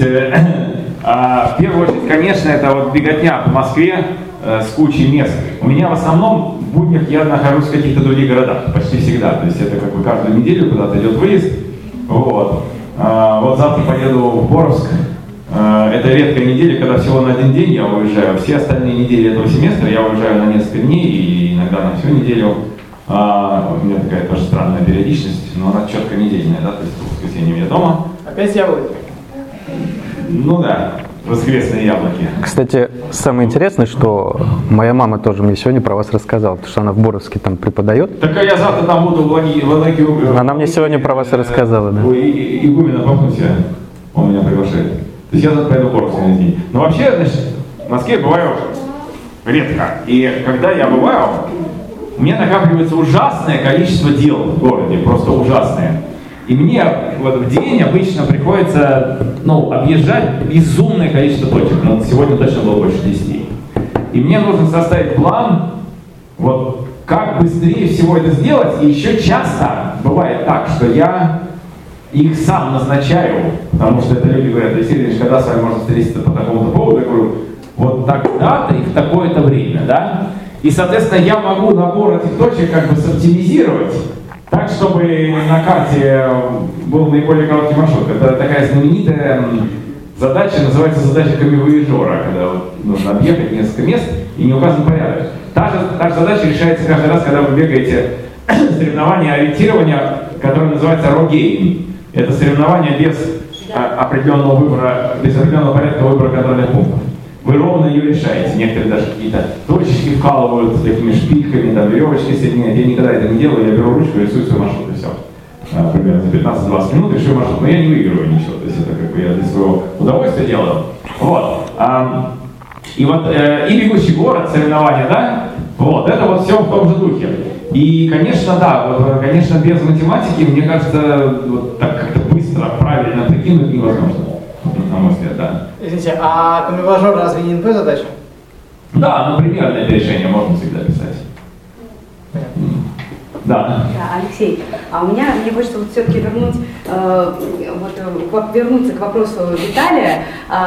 в первую очередь, конечно, это вот беготня по Москве с кучей мест. У меня в основном в буднях я нахожусь в каких-то других городах, почти всегда. То есть это как бы каждую неделю куда-то идет выезд. Вот, вот завтра поеду в Боровск. Это редкая неделя, когда всего на один день я уезжаю. Все остальные недели этого семестра я уезжаю на несколько дней и иногда на всю неделю. У меня такая тоже странная периодичность, но она четко недельная, да, то есть в воскресенье я дома. Опять яблоки? Ну да, воскресные яблоки. Кстати, самое интересное, что моя мама тоже мне сегодня про вас рассказала, потому что она в Боровске там преподает. Так я завтра там буду в Лаге. Она мне сегодня про вас рассказала, да. Игумена Пафнутия, он меня приглашает. То есть я завтра пойду в Боровск на день. Но вообще, значит, в Москве я бываю редко. И когда я бываю, у меня накапливается ужасное количество дел в городе, просто ужасное. И мне вот в день обычно приходится, объезжать безумное количество точек. Но сегодня точно было больше 10. И мне нужно составить план, вот как быстрее всего это сделать. И еще часто бывает так, что я их сам назначаю, потому что это люди говорят: Алексей Ильич, когда с вами можно встретиться по такому-то поводу, я говорю, вот тогда-то и в такое-то время, да? И, соответственно, я могу набор этих точек как бы соптимизировать так, чтобы на карте был наиболее короткий маршрут. Это такая знаменитая задача, называется задача камевояжера, когда вот нужно объехать несколько мест и не указан порядок. Та же задача решается каждый раз, когда вы бегаете соревнование ориентирования, которое называется рогейм. Это соревнование без определенного выбора, без определенного порядка выбора контрольных пунктов. вы ровно ее решаете. Некоторые даже какие-то точечки вкалывают такими шпильками, там, веревочки соединяют. Я никогда это не делаю, я беру ручку и рисую свой маршрут, и все. Примерно за 15-20 минут решаю маршрут. Но я не выигрываю ничего, то есть это как бы я для своего удовольствия делаю. Вот. И вот и «Бегущий город», соревнования, да? Вот, это вот все в том же духе. И, конечно, да, вот, конечно, без математики, мне кажется, вот так как-то быстро, правильно прикинуть невозможно, на мой взгляд, да. Извините, а комби-мажор разве не НП задача? Да, но примерное это решение можно всегда писать. Да. Да, Алексей, а у меня, мне хочется вот все-таки вернуться к вопросу Виталия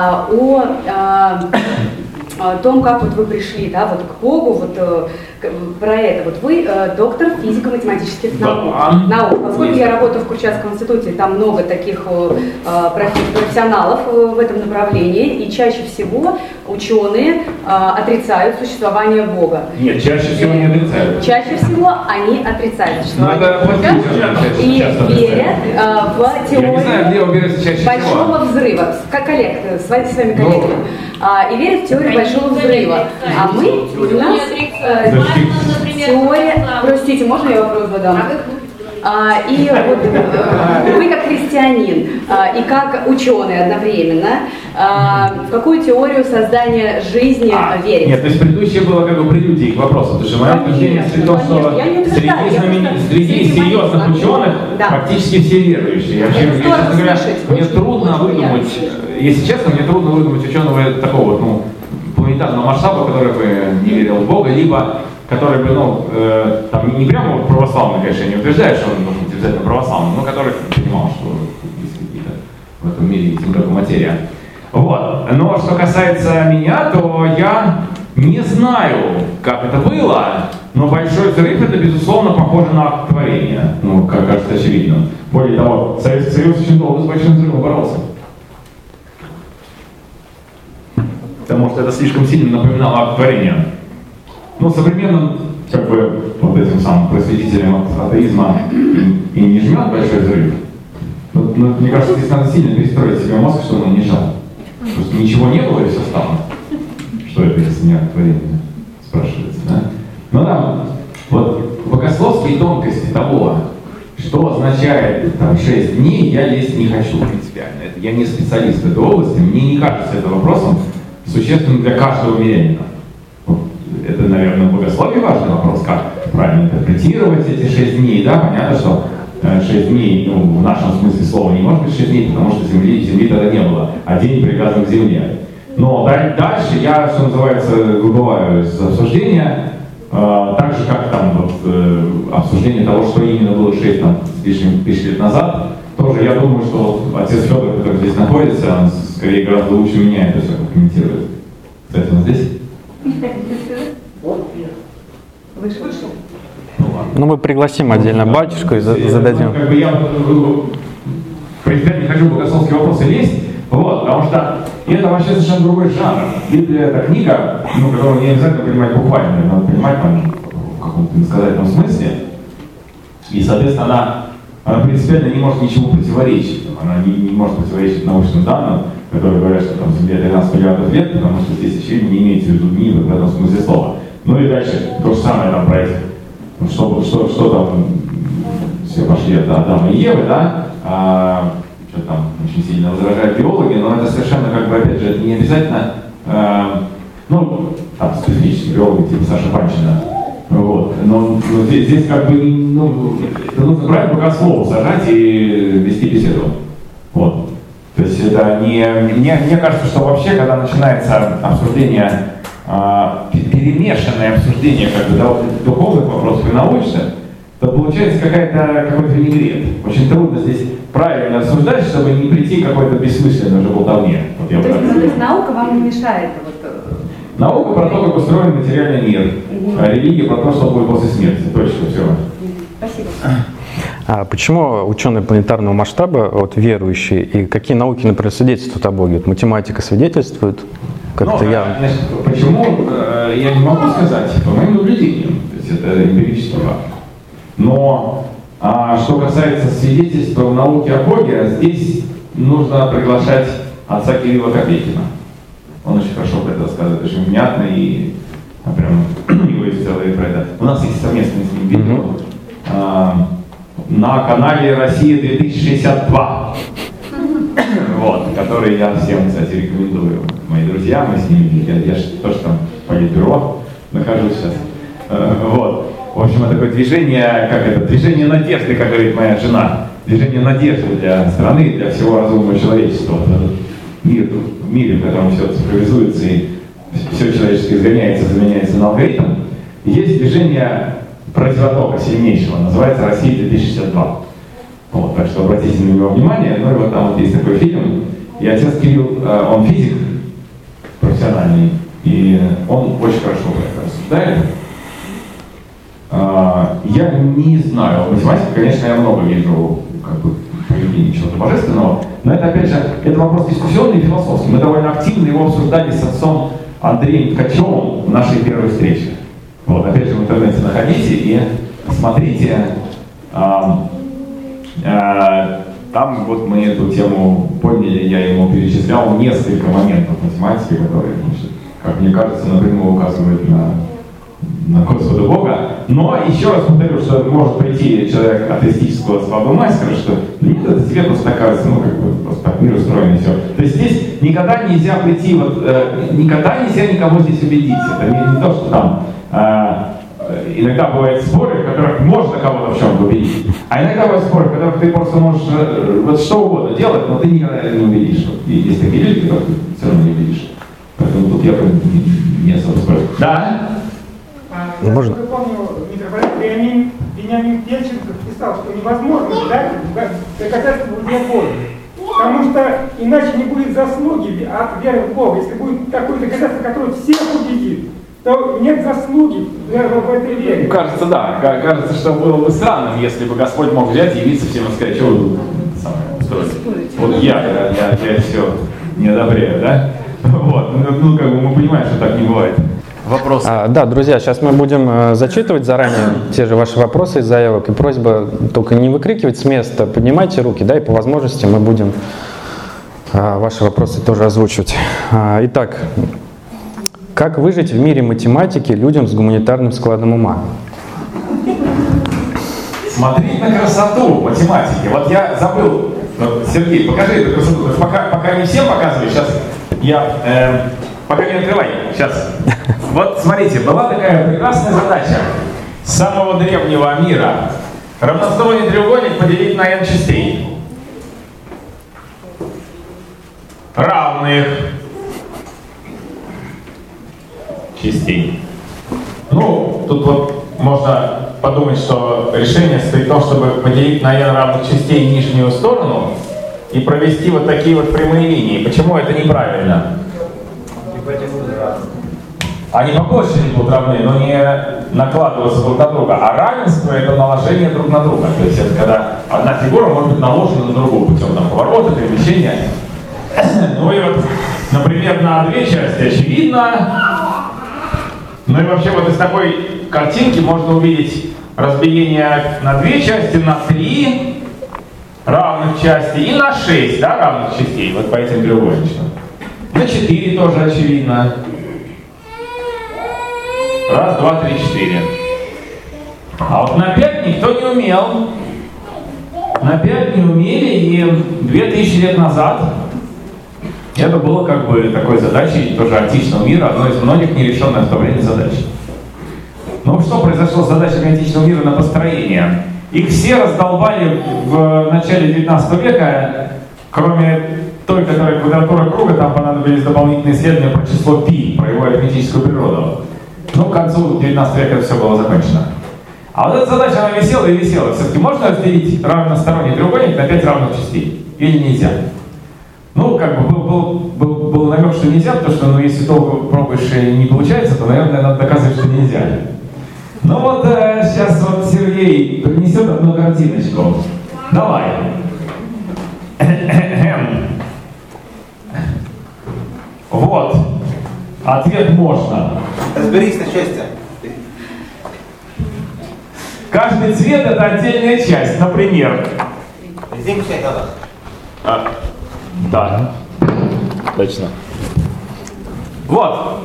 о том, как вот вы пришли, да, вот к Богу, вот про это. Вот вы доктор физико-математических наук. Поскольку я работаю в Курчатском институте, там много таких профессионалов в этом направлении, и чаще всего ученые отрицают существование Бога. Нет, чаще всего не отрицают. Чаще всего они отрицают существование Бога и верят в теорию я не знаю, где уберется чаще большого взрыва, как коллег, с вами коллегами, и верят в теорию большого взрыва. А мы, у нас теория, простите, можно я вопрос задам? И вот вы как христианин и как ученый одновременно, в какую теорию создания жизни верите? Нет, то есть предыдущее было как бы прелюдией к вопросу, потому что мое утверждение в том, что среди серьезных ученых практически все верующие. Вообще, честно говоря, мне трудно выдумать, если честно, мне трудно выдумать ученого такого вот, планетарного масштаба, который бы не верил в Бога, либо который бы, там не прямо православный, конечно, я не утверждаю, что он должен быть обязательно православным, но который понимал, что есть какие-то в этом мире есть не только материя. Вот. Но что касается меня, то я не знаю, как это было, но большой взрыв это, безусловно, похоже на акт творения. Как кажется очевидным. Более того, Советский Союз очень долго с большим взрывом боролся. Потому что это слишком сильно напоминало акт творения. Современным, как бы, вот этим самым просветителям атеизма и не жмет большой взрыв. Но мне кажется, здесь надо сильно перестроить себе мозг, чтобы он не жал. Просто ничего не было и все стало. Что это, если не акт творения, спрашивается, да? Ну да, вот богословские тонкости того, что означает там 6 дней, я лезть не хочу принципиально. Я не специалист в этой области, мне не кажется это вопросом существенным для каждого мирянина. Это, наверное, в богословии важный вопрос, как правильно интерпретировать эти 6 дней. Да, понятно, что 6 дней, в нашем смысле слова не может быть 6 дней, потому что земли тогда не было, а день привязан к земле. Но дальше я, что называется, выбываю из обсуждения, так же, как там обсуждение того, что именно было 6 с лишним тысяч лет назад, тоже я думаю, что отец Федор, который здесь находится, он скорее гораздо лучше меня это все комментирует. Кстати, он здесь? Вышел. Мы пригласим отдельно батюшку и зададим. Как бы я принципиально не хочу в богословские вопросы лезть, потому что это вообще совершенно другой жанр. Библия — это книга, которую не обязательно понимать буквально, надо понимать в каком-то иносказательном смысле. И, соответственно, она принципиально не может ничему противоречить. Она не может противоречить научным данным, которые говорят, что там Земле 13 миллиардов лет, потому что здесь, очевидно, не имеется в виду дни в этом смысле слова. И дальше то же самое там про этих, что там все пошли от Адама и Евы, да, что там очень сильно возражают биологи, но это совершенно, как бы, опять же, это не обязательно, там специфические биологи, типа Саша Панчина, но здесь как бы, это нужно брать богослову, сажать и вести беседу, То есть это не, мне кажется, что вообще, когда начинается обсуждение, перемешанное обсуждение как бы, духовных вопросов и научных, то получается какой-то винегрет. Очень трудно здесь правильно обсуждать, чтобы не прийти к какой-то бессмысленной уже болтовне. То есть наука вам не мешает? Наука про то, как устроен материальный мир, а религия про то, что будет после смерти. Точно, все. Спасибо. А почему ученые планетарного масштаба, верующие, и какие науки, например, свидетельствуют о Боге? Математика свидетельствует? Почему, я не могу сказать, по моим наблюдениям, то есть это эмпирический факт. Но что касается свидетельства в науке о Боге, здесь нужно приглашать отца Кирилла Копейкина. Он очень хорошо про это рассказывает, очень внятно и прям не говорит целые про это. У нас есть совместное с ним видео на канале «Россия 2062», вот, который я всем, кстати, рекомендую. Мои друзья, мы с ними, я же тоже там в политбюро нахожусь сейчас. Вот. В общем, это такое движение, как это, движение надежды, как говорит моя жена. Движение надежды для страны, для всего разумного человечества. В мире, в котором все цифровизуется и все человеческое изгоняется, заменяется на алгоритм, есть движение противотока сильнейшего, называется «Россия 2062». Вот, так что обратите на него внимание. Ну и вот там вот есть такой фильм. И отец Кирилл, он физик профессиональный, и он очень хорошо про это рассуждает. Я не знаю, в математике, конечно, я много вижу как бы проявлений чего-то божественного, но это, опять же, это вопрос дискуссионный и философский. Мы довольно активно его обсуждали с отцом Андреем Ткачевым в нашей первой встрече. Вот, опять же, в интернете находите и смотрите. Там вот мы эту тему подняли, я ему перечислял несколько моментов математики, которые, значит, как мне кажется, напрямую указывают на Господа Бога. Но еще раз повторю, что может прийти человек атеистического слабого мастера, что нет, это тебе просто кажется, ну как бы просто так мир устроен и все. То есть здесь никогда нельзя прийти, никогда нельзя никого здесь убедить. Это не то, что там иногда бывают споры, в которых можно кого-то в чем-то убедить. А иногда бывают споры, в которых ты просто можешь вот что угодно делать, но ты никогда не убедишь. И есть такие люди, которых ты все равно не убедишь. Поэтому тут я не особо спорю. Да? Можно? Я помню, митрополит Вениамин Пельченков писал, что невозможно дать доказательства вне пользы. Потому что иначе не будет заслуги от веры в Бога. Если будет такое доказательство, которое всех убедит, то нет заслуги в этой вере. Кажется, да. Кажется, что было бы странным, если бы Господь мог взять и явиться всем и сказать, что вы устроили. Вот я все не одобряю, да? Вот. Ну, как бы мы понимаем, что так не бывает. Вопрос. Да, друзья, сейчас мы будем зачитывать заранее те же ваши вопросы из заявок. И просьба только не выкрикивать с места, поднимайте руки, да, и по возможности мы будем ваши вопросы тоже озвучивать. Итак, как выжить в мире математики людям с гуманитарным складом ума? Смотреть на красоту математики. Вот я забыл, Сергей, покажи эту красоту. Пока не всем показываю, сейчас я... Пока не открывай, сейчас. Вот смотрите, была такая прекрасная задача самого древнего мира. Равносторонний треугольник поделить на n частей. Равных частей. Ну, тут вот можно подумать, что решение состоит в том, чтобы поделить на n равных частей нижнюю сторону и провести вот такие вот прямые линии. Почему это неправильно? Они по площади будут равны, но не накладываются друг на друга. А равенство — это наложение друг на друга. То есть это когда одна фигура может быть наложена на другую путем там, поворота, перемещения. Ну и вот, например, на две части очевидно. Ну и вообще вот из такой картинки можно увидеть разбиение на две части, на 3 равных части и на 6, да, равных частей, вот по этим треугольничкам. На 4 тоже очевидно. Раз, два, три, 4. А вот на 5 никто не умел. На 5 не умели, и 2000 лет назад это было как бы такой задачей тоже античного мира, одной из многих нерешенных в то время задач. Ну что произошло с задачами античного мира на построение? Их все раздолбали в начале 19 века, кроме той, которая квадратура круга, там понадобились дополнительные исследования про число π, про его арифметическую природу. Ну, к концу 19 века это все было закончено. А вот эта задача, она висела и висела. Все-таки можно разделить равносторонний треугольник на 5 равных частей? Или нельзя? Ну, как бы был намек, что нельзя, потому что, ну, если долго пробуешь и не получается, то, наверное, надо доказывать, что нельзя. Ну вот, сейчас вот Сергей принесет одну картиночку. Давай. Вот. Ответ можно. Разберись на части. Каждый цвет — это отдельная часть. Например. Резинку снять надо. Да. Точно. Вот.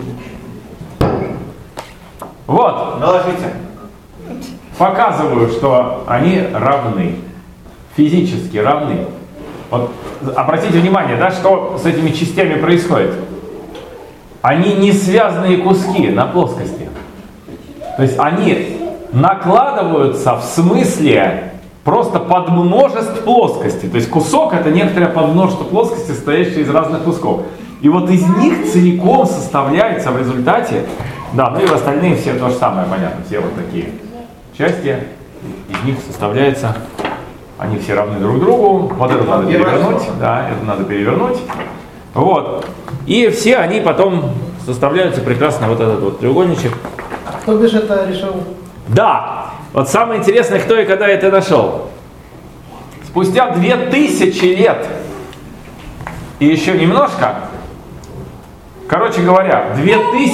Вот. Наложите. Показываю, что они равны. Физически равны. Вот обратите внимание, да, что с этими частями происходит. Они не связанные куски на плоскости. То есть они накладываются в смысле просто подмножеств плоскостей. То есть кусок — это некоторое подмножество плоскостей, состоящее из разных кусков. И вот из них целиком составляется в результате, да, ну и остальные все то же самое, понятно, все вот такие части, из них составляется, они все равны друг другу. Вот это надо перевернуть, да, это надо перевернуть. Вот. И все они потом составляются прекрасно вот этот вот треугольничек. Кто бишь это решил? Да! Вот самое интересное, кто и когда это нашел. Спустя 2000 лет и еще немножко, короче говоря, в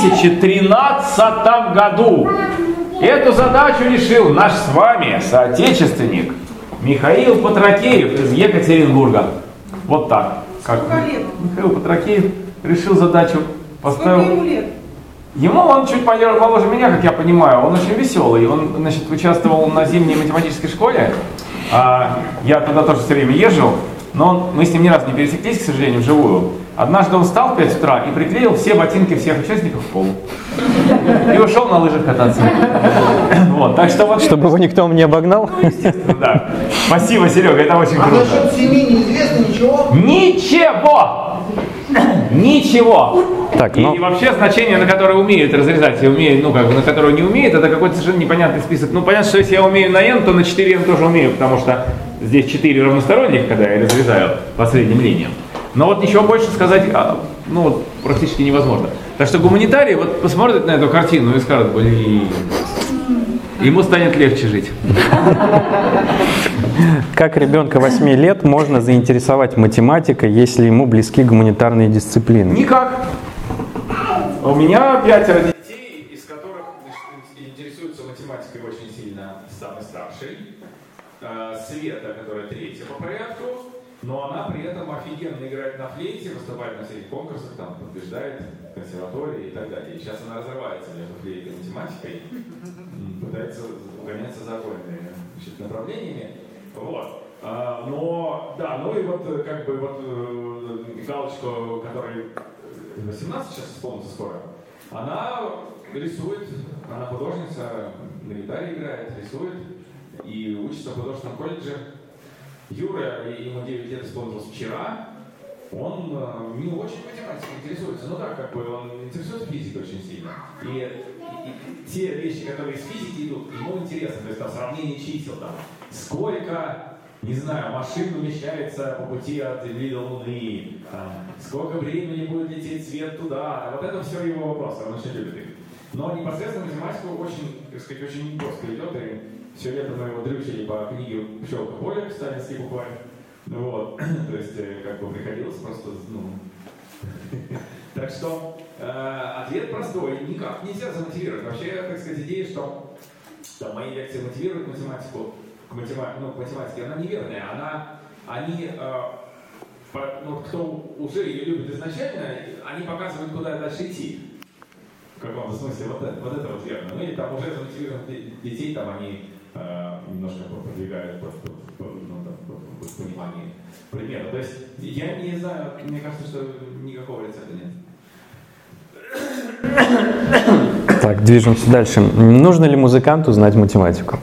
2013 году эту задачу решил наш с вами соотечественник Михаил Патракеев из Екатеринбурга. Вот так. Как Михаил Патракеев решил задачу, поставил. Сколько ему лет? Ему он чуть моложе меня, как я понимаю, он очень веселый. Он, значит, участвовал на зимней математической школе. Я туда тоже все время езжу, но мы с ним ни разу не пересеклись, к сожалению, вживую. Однажды он встал в 5 утра и приклеил все ботинки всех участников в пол. И ушел на лыжах кататься. Вот, так что вот... Чтобы его никто не обогнал? Ну, естественно, да. Спасибо, Серега, это очень круто. Насчет семьи неизвестно ничего? Ничего! Ничего! Так, и вообще значение, на которое умеют разрезать, и умеют, ну, как бы, на которое не умеют, это какой-то совершенно непонятный список. Ну, понятно, что если я умею на n, то на 4n тоже умею, потому что здесь 4 равносторонних, когда я разрезаю по средним линиям. Но вот ничего больше сказать, ну, вот, практически невозможно. Так что гуманитарии вот посмотрят на эту картину и скажут, блин, ему станет легче жить. Как ребенка 8 лет можно заинтересовать математикой, если ему близки гуманитарные дисциплины? Никак. У меня 5 детей, из которых интересуются математикой очень сильно самый старший. Света, которая 3-я по порядку, но она при этом офигенно играет на флейте, выступает на всех конкурсах, там, побеждает в консерватории и так далее. И сейчас она разрывается между флейтой и математикой, пытается угоняться за обоими направлениями. Вот. Но, да, ну и вот, как бы, вот галочку, которой 18 сейчас исполнится скоро, она рисует, она художница, на гитаре играет, рисует и учится в художественном колледже. Юра, ему 9 лет исполнилось вчера, он не очень математикой интересуется, ну да, как бы он интересуется физикой очень сильно. И те вещи, которые из физики идут, ему интересно, то есть там сравнение чисел, там, сколько, не знаю, машин умещается по пути от Земли до Луны, сколько времени будет лететь свет туда, вот это все его вопросы, он очень любит их. Но непосредственно математику очень, так сказать, очень просто идет, и все лето мы его дрючили по книге «Пчелка-Поля», сталинский букварь. Вот, то есть, как бы приходилось просто, ну... Так что, ответ простой, никак нельзя замотивировать. Вообще, так сказать, идея, что там, мои лекции мотивируют математику, к математике, она неверная. Они, ну, кто уже ее любит изначально, они показывают, куда дальше идти. В каком-то смысле, вот это вот верно. Ну, или там уже замотивированных детей, там они немножко продвигают в понимании примера. То есть, я не знаю, мне кажется, что никакого рецепта нет. Так, движемся дальше. Нужно ли музыканту знать математику?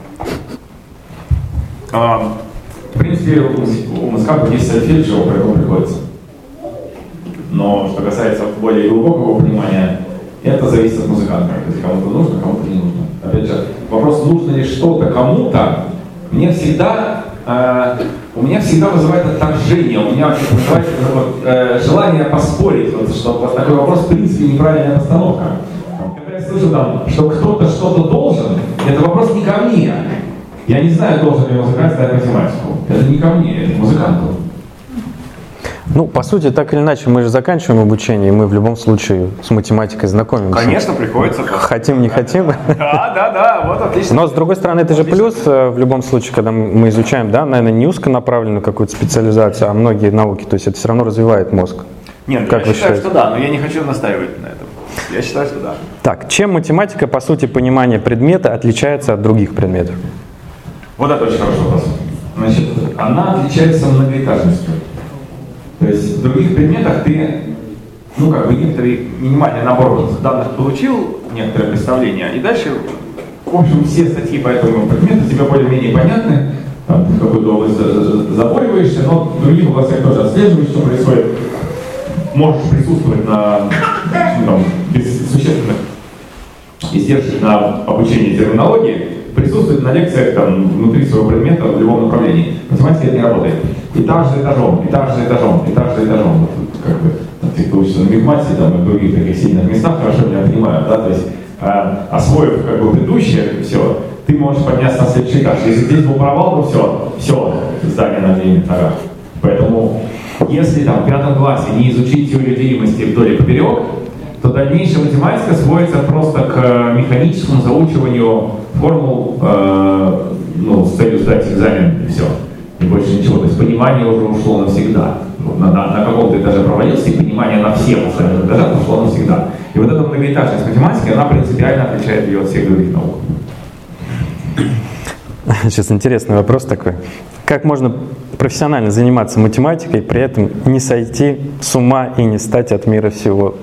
В принципе, у музыкантов есть сольфеджио, по которому приходится. Но что касается более глубокого понимания, это зависит от музыканта. То есть кому-то нужно, кому-то не нужно. Опять же, вопрос, нужно ли что-то кому-то, у меня всегда вызывает отторжение, у меня вызывает желание поспорить, что вот такой вопрос в принципе неправильная постановка. Когда я слышу там, что кто-то что-то должен, это вопрос не ко мне. Я не знаю, должен ли музыкант знать математику. Это не ко мне, это к музыканту. Ну, по сути, так или иначе, мы же заканчиваем обучение, и мы в любом случае с математикой знакомимся. Конечно, приходится. Хотим, не хотим. Да, вот отлично. Но, с другой стороны, это же плюс в любом случае, когда мы изучаем, да, наверное, не узконаправленную какую-то специализацию, а многие науки, то есть это все равно развивает мозг. Нет, Как я вы считаю, считаете? что да, но я не хочу настаивать на этом. Я считаю, что да. Так, чем математика, по сути, понимания предмета отличается от других предметов? Вот это очень хороший вопрос. Значит, она отличается многоэтажностью. То есть в других предметах ты, ну, как бы некоторый минимальный набор данных получил, некоторое представление, и дальше, в общем, все статьи по этому предмету тебе более-менее понятны, там, в какую-то область забориваешься, но в других областях тоже отслеживаешь, что происходит. Можешь присутствовать на, ну, там, без существенных издержек на обучение терминологии, присутствовать на лекциях там, внутри своего предмета в любом направлении. Математика это не работает. Этаж за этажом, этаж за этажом, этаж за этажом. Вот, как бы, те, кто учится на мехмате там, и в других таких сильных местах, хорошо меня понимают, да, то есть освоив как бы предыдущее, все, ты можешь подняться на следующий этаж. Если здесь был провал, то все, здание на длинных ногах. Поэтому, если там в 5 классе не изучить теорию делимости вдоль и поперек, то дальнейшая математика сводится просто к механическому заучиванию формул, ну, с целью сдать экзамен, и все. И больше ничего. То есть понимание уже ушло навсегда. На каком-то этаже провалился, и понимание на всех остальных этажах ушло навсегда. И вот эта многоэтажность математики, она принципиально отличает ее от всех других наук. Сейчас интересный вопрос такой. Как можно профессионально заниматься математикой, при этом не сойти с ума и не стать от мира всего?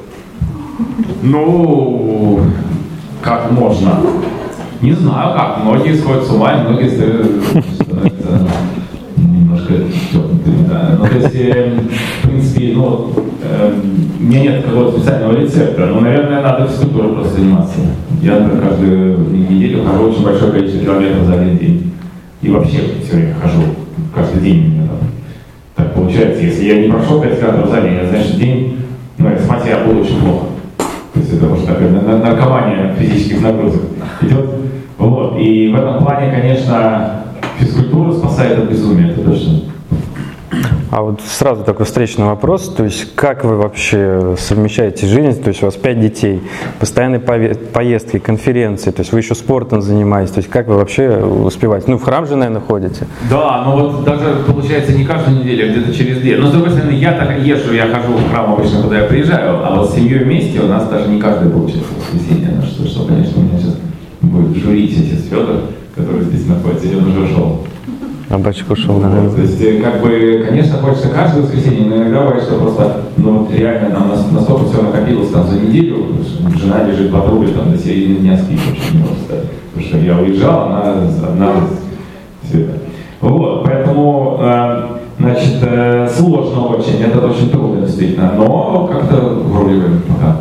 Ну, как можно? Не знаю как. Многие сходят с ума, и многие становятся немножко тёпнутыми, да. Ну, то есть, в принципе, ну, у меня нет какого-то специального рецепта, но, наверное, надо физкультурой просто заниматься. Я, например, каждую неделю хожу очень большое количество километров за один день. И вообще все время хожу. Каждый день у меня там. Так получается, если я не прошел 5 километров за день, значит день, ну, спать я буду очень плохо. То есть это может такая наркомания физических нагрузок идет. Вот. И в этом плане, конечно, физкультура спасает от безумия, это точно. А вот сразу такой встречный вопрос, то есть как вы вообще совмещаете жизнь, то есть у вас 5 детей, постоянные поездки, конференции, то есть вы еще спортом занимаетесь, то есть как вы вообще успеваете? Ну, в храм же, наверное, ходите. Да, но вот даже получается не каждую неделю, а где-то через 2. Но с другой стороны, я так езжу, я хожу в храм обычно, куда я приезжаю, а вот с семьей вместе у нас даже не каждый получается воскресенье, что, конечно, меня сейчас будет журить отец Федор, который здесь находится, или он уже ушел. А батюшка ушел, да. наверное. То есть, как бы, конечно, хочется каждое воскресенье, но иногда бывает, что просто, ну, реально нам настолько все накопилось там за неделю, жена лежит в отрубе, там, до середины дня спит, очень не может стать. Потому что я уезжал, она одна, все это. Вот, поэтому, значит, сложно очень, это очень трудно, действительно, но как-то вруливаем пока.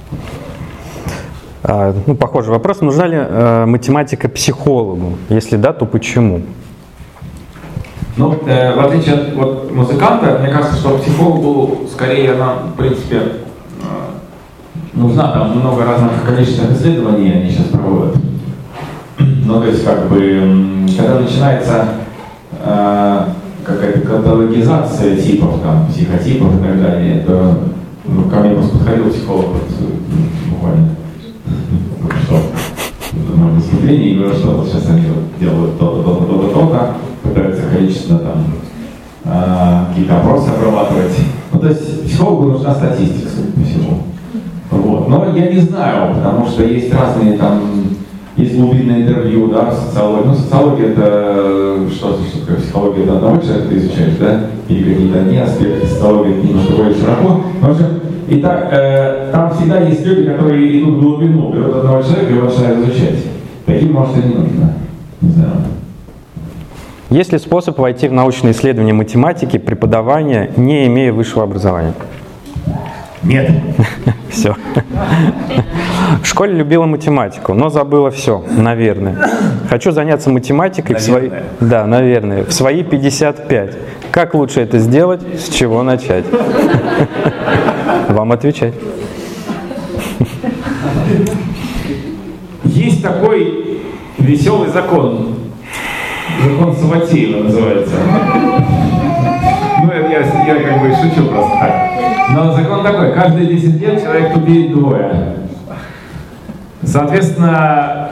Ну, похожий вопрос. Нужна ли математика психологу? Если да, то почему? Ну, в отличие от вот, музыканта, мне кажется, что психологу скорее нам, в принципе, нужна, там много разных количественных исследований они сейчас проводят. Ну, то есть, как бы, когда начинается какая-то каталогизация типов, там, психотипов и так далее, то ко мне просто подходил психолог буквально на выступлении и говорил, что вот сейчас они делают то-то, пытаются количественно там какие-то опросы обрабатывать. Ну, то есть психологу нужна статистика, судя по всему. Вот. Но я не знаю, потому что есть разные там, есть глубинное интервью, да, социология. Ну, социология это что такое психология, это одного человека ты изучаешь, да, или какие-то одни аспекты социологии, это немножко более широко. В общем, и так, там всегда есть люди, которые идут в глубину, берут одного человека и его начинают изучать. Таким, может, и не нужно. Не знаю. Есть ли способ войти в научные исследования математики, преподавания, не имея высшего образования? Нет. Все. В школе любила математику, но забыла все, наверное. Хочу заняться математикой в свои... Да, наверное. В свои 55. Как лучше это сделать? С чего начать? Вам отвечать. Есть такой веселый закон. Закон Саватеева называется. Ну, я как бы шучу просто так. Но закон такой. Каждые 10 лет человек тупеет двое. Соответственно,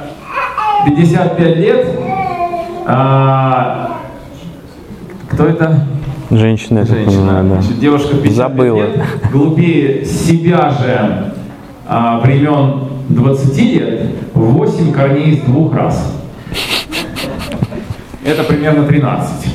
55 лет... кто это? Женщина, я так понимаю, да. Значит, девушка 50 Забыла. лет, глупее себя же времен 20 лет, 8 корней из 2 раз. Это примерно 13.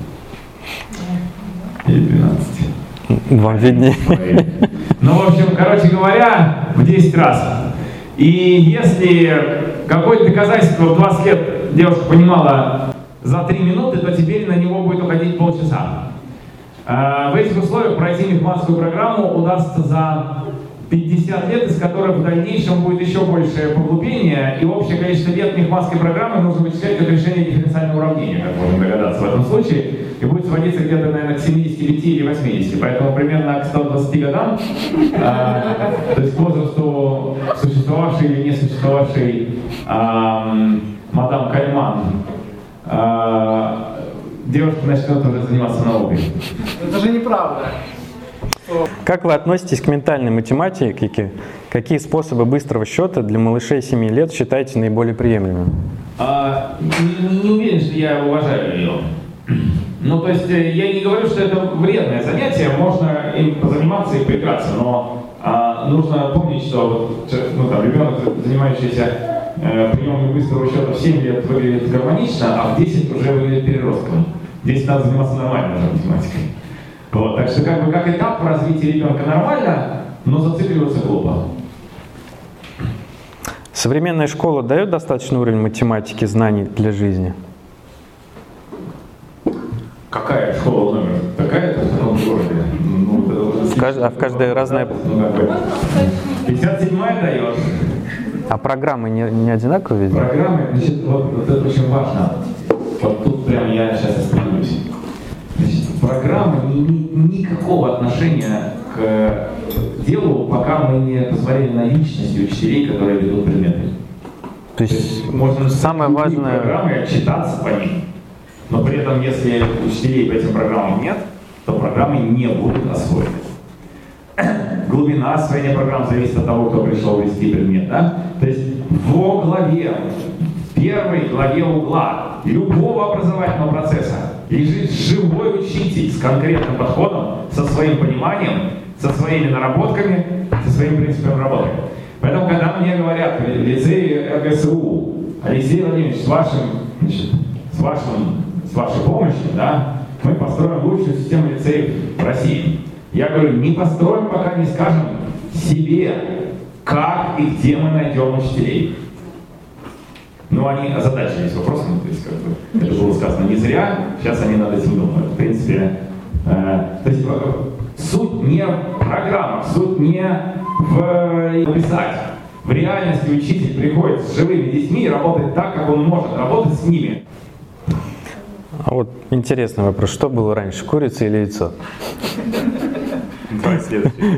Или 12. Вам виднее. Ну, в общем, короче говоря, в 10 раз. И если какое-то доказательство в 20 лет девушка понимала за 3 минуты, то теперь на него будет уходить полчаса. В этих условиях пройти мехманскую программу удастся за 50 лет, из которых в дальнейшем будет еще большее поглубление, и общее количество лет мехманской программы нужно вычислять как решение дифференциального уравнения, как можно догадаться в этом случае, и будет сводиться где-то, наверное, к 75 или 80. Поэтому примерно к 120 годам, то есть к возрасту существовавшей или не существовавшей мадам Кальман, девушка начнет уже заниматься наукой. Это же неправда. Как вы относитесь к ментальной математике? Какие способы быстрого счета для малышей 7 лет считаете наиболее приемлемыми? Не уверен, что я уважаю ее. Ну, то есть я не говорю, что это вредное занятие, можно им позаниматься и поиграться, но нужно помнить, что ребенок, занимающийся приемом быстрого счета в 7 лет, выглядит гармонично, а в 10 уже выглядит переростком. Здесь надо заниматься нормальной математикой. Вот, так что как этап развития ребенка нормально, но зацикливаться глупо. Современная школа дает достаточный уровень математики, знаний для жизни? Какая школа номер? Такая-то в втором городе. А в каждой разная... 57-я дает. А программы не одинаковые везде? Программы, значит, вот это очень важно. Вот тут прям я сейчас остановлюсь. Значит, программы не имеют никакого отношения к делу, пока мы не посмотрели на личности учителей, которые ведут предметы. То есть можно самое важное... программы отчитаться по ним. Но при этом, если учителей по этим программам нет, то программы не будут освоены. Глубина освоения программ зависит от того, кто пришел вести предмет. Да? То есть во главе, в первой главе угла любого образовательного процесса лежит живой учитель с конкретным подходом, со своим пониманием, со своими наработками, со своим принципом работы. Поэтому, когда мне говорят в лицее РГСУ: Алексей Владимирович, с вашей помощью, да, мы построим лучшую систему лицеев в России. Я говорю, не построим, пока не скажем себе, как и где мы найдем учителей. Ну, они озадачились вопросом, то есть, это было сказано не зря, сейчас они над этим думают. В принципе, то есть, суть не в программах, суть не в писать. В реальности учитель приходит с живыми детьми и работает так, как он может, работать с ними. А вот интересный вопрос. Что было раньше, курица или яйцо? Давай следующий.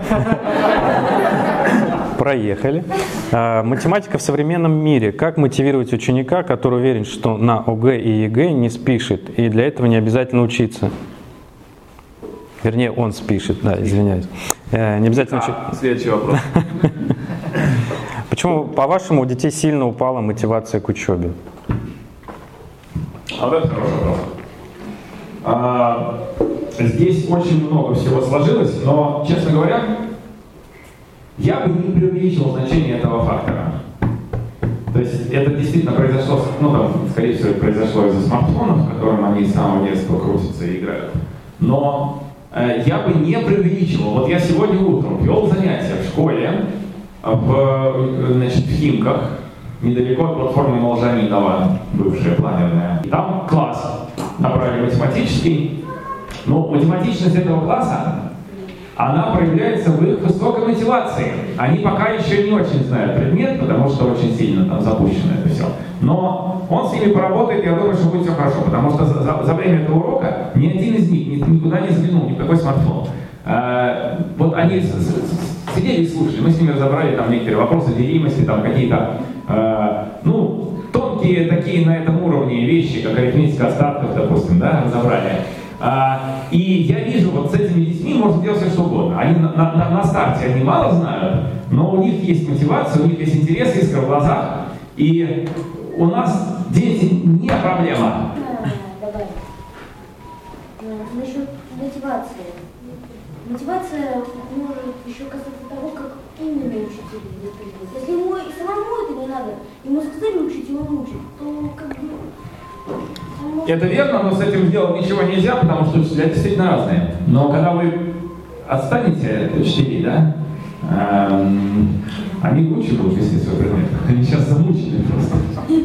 Проехали. Математика в современном мире. Как мотивировать ученика, который уверен, что на ОГЭ и ЕГЭ не спишет, и для этого не обязательно учиться? Вернее, он спишет, да, извиняюсь. Не обязательно учиться. Следующий вопрос. Почему, по-вашему, у детей сильно упала мотивация к учебе? А вот это хороший вопрос. Здесь очень много всего сложилось, но, честно говоря, я бы не преувеличил значение этого фактора. То есть это действительно произошло, скорее всего, это произошло из-за смартфонов, в котором они с самого детства крутятся и играют. Но я бы не преувеличивал. Вот я сегодня утром вел занятия в школе, в Химках, недалеко от платформы Молжанинова, бывшая планерная. И там класс набрали математический. Но математичность этого класса, она проявляется в их высокой мотивации. Они пока еще не очень знают предмет, потому что очень сильно там запущено это все. Но он с ними поработает, я думаю, что будет все хорошо, потому что за время этого урока ни один из них никуда не заглянул, ни в какой смартфон. Вот они сидели и слушали, мы с ними разобрали там некоторые вопросы делимости, там какие-то, тонкие такие на этом уровне вещи, как арифметика остатков, допустим, да, разобрали. И я вижу, вот с этими детьми можно делать все что угодно. Они на старте они мало знают, но у них есть мотивация, у них есть интерес, искра в глазах. И у нас дети не проблема. Насчет мотивация. Мотивация может еще касаться того, как именно учитель ее придет. Если ему и самому это не надо, ему сказали учить, и он учит, то как бы... Это верно, но с этим сделать ничего нельзя, потому что учителя действительно разные. Но когда вы отстанете от учителей, да, они лучше будут вести свой предмет. Они сейчас замучили просто.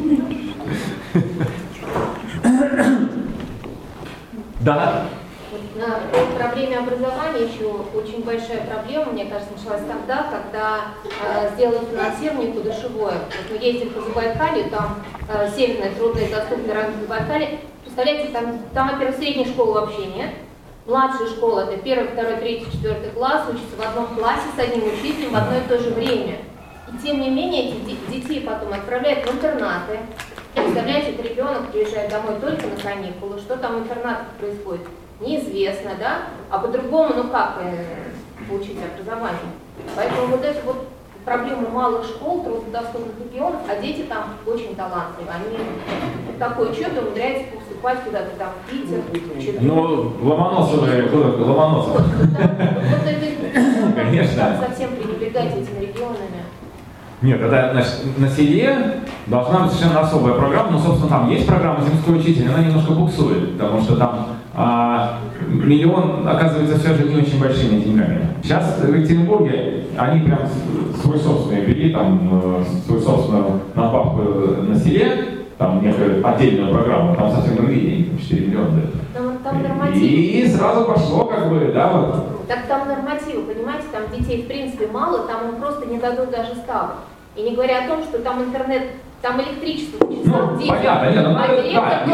Да. На проблеме образования еще очень большая проблема, мне кажется, началась тогда, когда сделали финансирование подушевое. Вот мы ездим по Забайкалью, там северное, трудное, доступное район Забайкалья. Представляете, там, во-первых, средней школы вообще нет. Младшая школа, это 1, 2, 3, 4 класс, учатся в одном классе с одним учителем в одно и то же время. И тем не менее, этих детей потом отправляют в интернаты. Представляете, этот ребенок приезжает домой только на каникулы. Что там в интернатах происходит? Неизвестно, да? А по-другому, ну как получить образование? Поэтому вот это вот проблема малых школ, труднодоступных регионов, а дети там очень талантливые. Они в такой учебе умудряются поступать куда-то там в Питер. Ну, Ломоносов, Ломоносов. Вот это, конечно. Совсем пренебрегать этими регионами. Нет, это на селе должна быть совершенно особая программа, но, собственно, там есть программа «Земской учитель», она немножко буксует, потому что там миллион, оказывается, все же не очень большими деньгами. Сейчас в Екатеринбурге они прям свой собственный ввели, там, свою собственную надбавку на селе, там некую отдельную программу, там совсем другие деньги, 4 миллиона. Там нормативы. И сразу пошло, как бы, да, вот. Так там нормативы, понимаете, там детей в принципе мало, там им просто не дадут даже ставок. И не говоря о том, что там интернет, там электричество в часах, ну, понятно, нет, надо,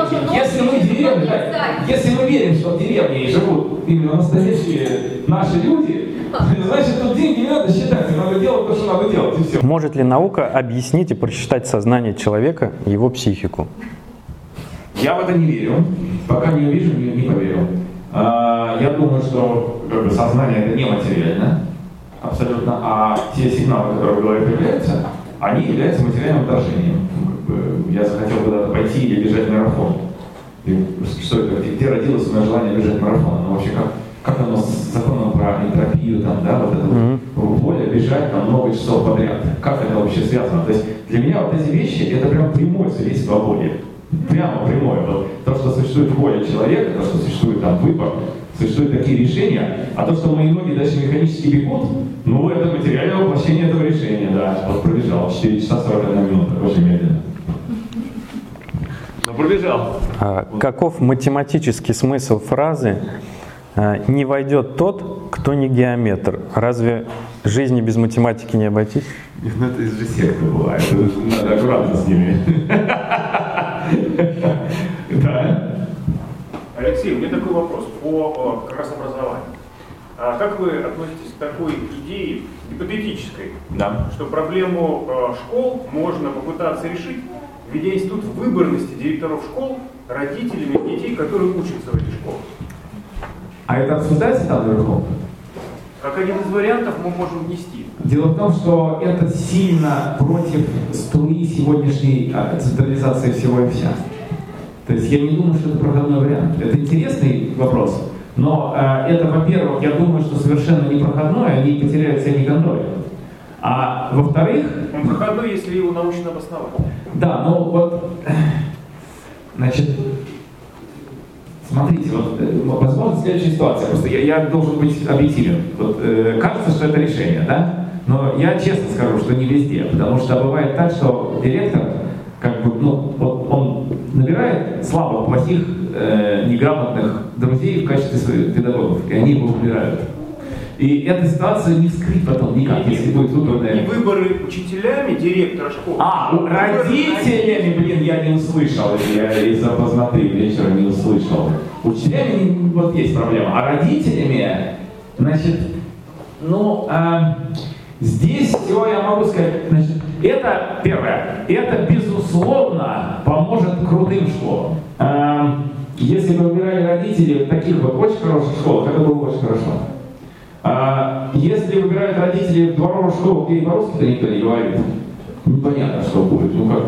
если мы верим, что в деревне живут именно настоящие наши люди, значит, тут деньги не надо считать, надо делать то, что надо делать, и все. Может ли наука объяснить и прочитать сознание человека, его психику? Я в это не верю, пока не увижу, не поверю. Я думаю, что как бы, сознание это нематериально, абсолютно, а те сигналы, которые в голове появляются, они являются материальным отражением. Я захотел куда-то пойти или бежать марафон. И что это, где родилось у меня желание бежать марафон? Ну вообще как оно с законом про энтропию, там, да, вот это воля бежать там много часов подряд. Как это вообще связано? То есть для меня вот эти вещи это прям прямое свидетельство о воле. Прямо прямое. Вот то, что существует воля человека, то, что существует там выбор, существуют такие решения, а то, что мои ноги дальше механически бегут, ну это материальное воплощение этого решения, да. Вот пробежал 4 часа 41 минута, очень медленно. Но пробежал. Каков математический смысл фразы «не войдет тот, кто не геометр»? Разве жизни без математики не обойтись? Ну это из же секты бывает, надо аккуратно с ними. Да. Алексей, у меня такой вопрос по как раз образованию. Как вы относитесь к такой идее гипотетической, да, что проблему школ можно попытаться решить, введя институт выборности директоров школ родителями детей, которые учатся в этих школах? А это обсуждается там наверху? Как один из вариантов мы можем внести. Дело в том, что это сильно против струи сегодняшней централизации всего и вся. То есть я не думаю, что это проходной вариант. Это интересный вопрос, но это, во-первых, я думаю, что совершенно не проходной, они потеряют всякий контроль. А во-вторых... Он проходной, если его научно обосновать. Да, ну вот, значит, смотрите, вот возможно следующая ситуация, просто я должен быть объективен. Вот, кажется, что это решение, да? Но я честно скажу, что не везде, потому что бывает так, что директор, как бы, ну, вот он набирает слабых, плохих, неграмотных друзей в качестве своих педагогов, и они его убирают. И эта ситуация не вскрыть потом никак, если будет выбранная... И выборы учителями директора школы. Родителями, блин, я не услышал, я из-за поздноты вечера не услышал. Учителями вот есть проблема, а родителями, значит, ну, здесь все я могу сказать, значит, это первое, это безусловно поможет крутым школам. Если бы выбирали родители в таких вот очень хороших школах, это было бы очень хорошо. Если выбирают родители в дворовую школу, где и по-русски-то никто не говорит, непонятно, что будет. Ну, как бы,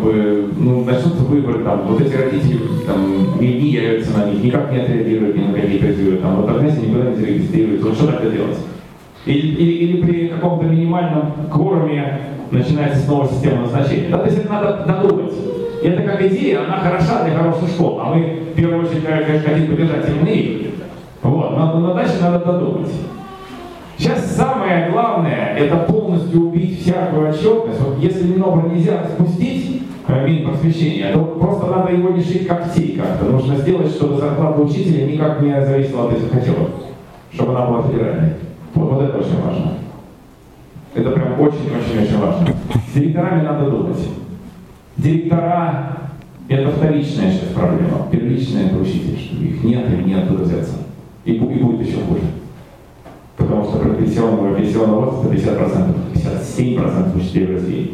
чтобы начнутся выборы, там, вот эти родители там, не являются на них, никак не отреагируют ни на какие призывы, там, вот Агнесса никуда не зарегистрируется, вот что тогда делать? Или при каком-то минимальном кворуме начинается снова система назначения. Да, то есть это надо додумать. И это как идея, она хороша для хороших школ, а мы в первую очередь, конечно, хотим поддержать именно их. Вот, но дальше надо додумать. Сейчас самое главное, это полностью убить всякую отчетность. Вот если немного нельзя спустить Минпросвещения, то просто надо его лишить когтей как-то. Нужно сделать, чтобы зарплата учителя никак не зависела от этих хотелок, чтобы она была федеральной. Вот это очень важно. Это прям очень-очень-очень важно. С директорами надо думать. Директора – это вторичная сейчас проблема. Первичная – это учитель, что их нет и неоткуда взяться. И будет еще хуже. Потому что профессионного возраста 50%, 57% учителей в России.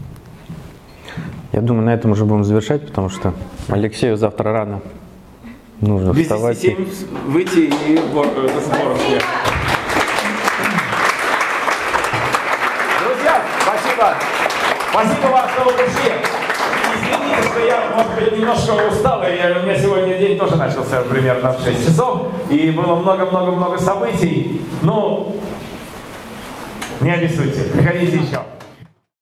Я думаю, на этом уже будем завершать, потому что Алексею завтра рано нужно вставать. 207 выйти и за сбором. Друзья, спасибо. Спасибо вам, что вы пришли. Извините, что я, может быть, немножко устал, и у меня сегодня день тоже начался примерно в 6 часов, и было много-много-много событий. Ну, не обессудьте, приходите еще.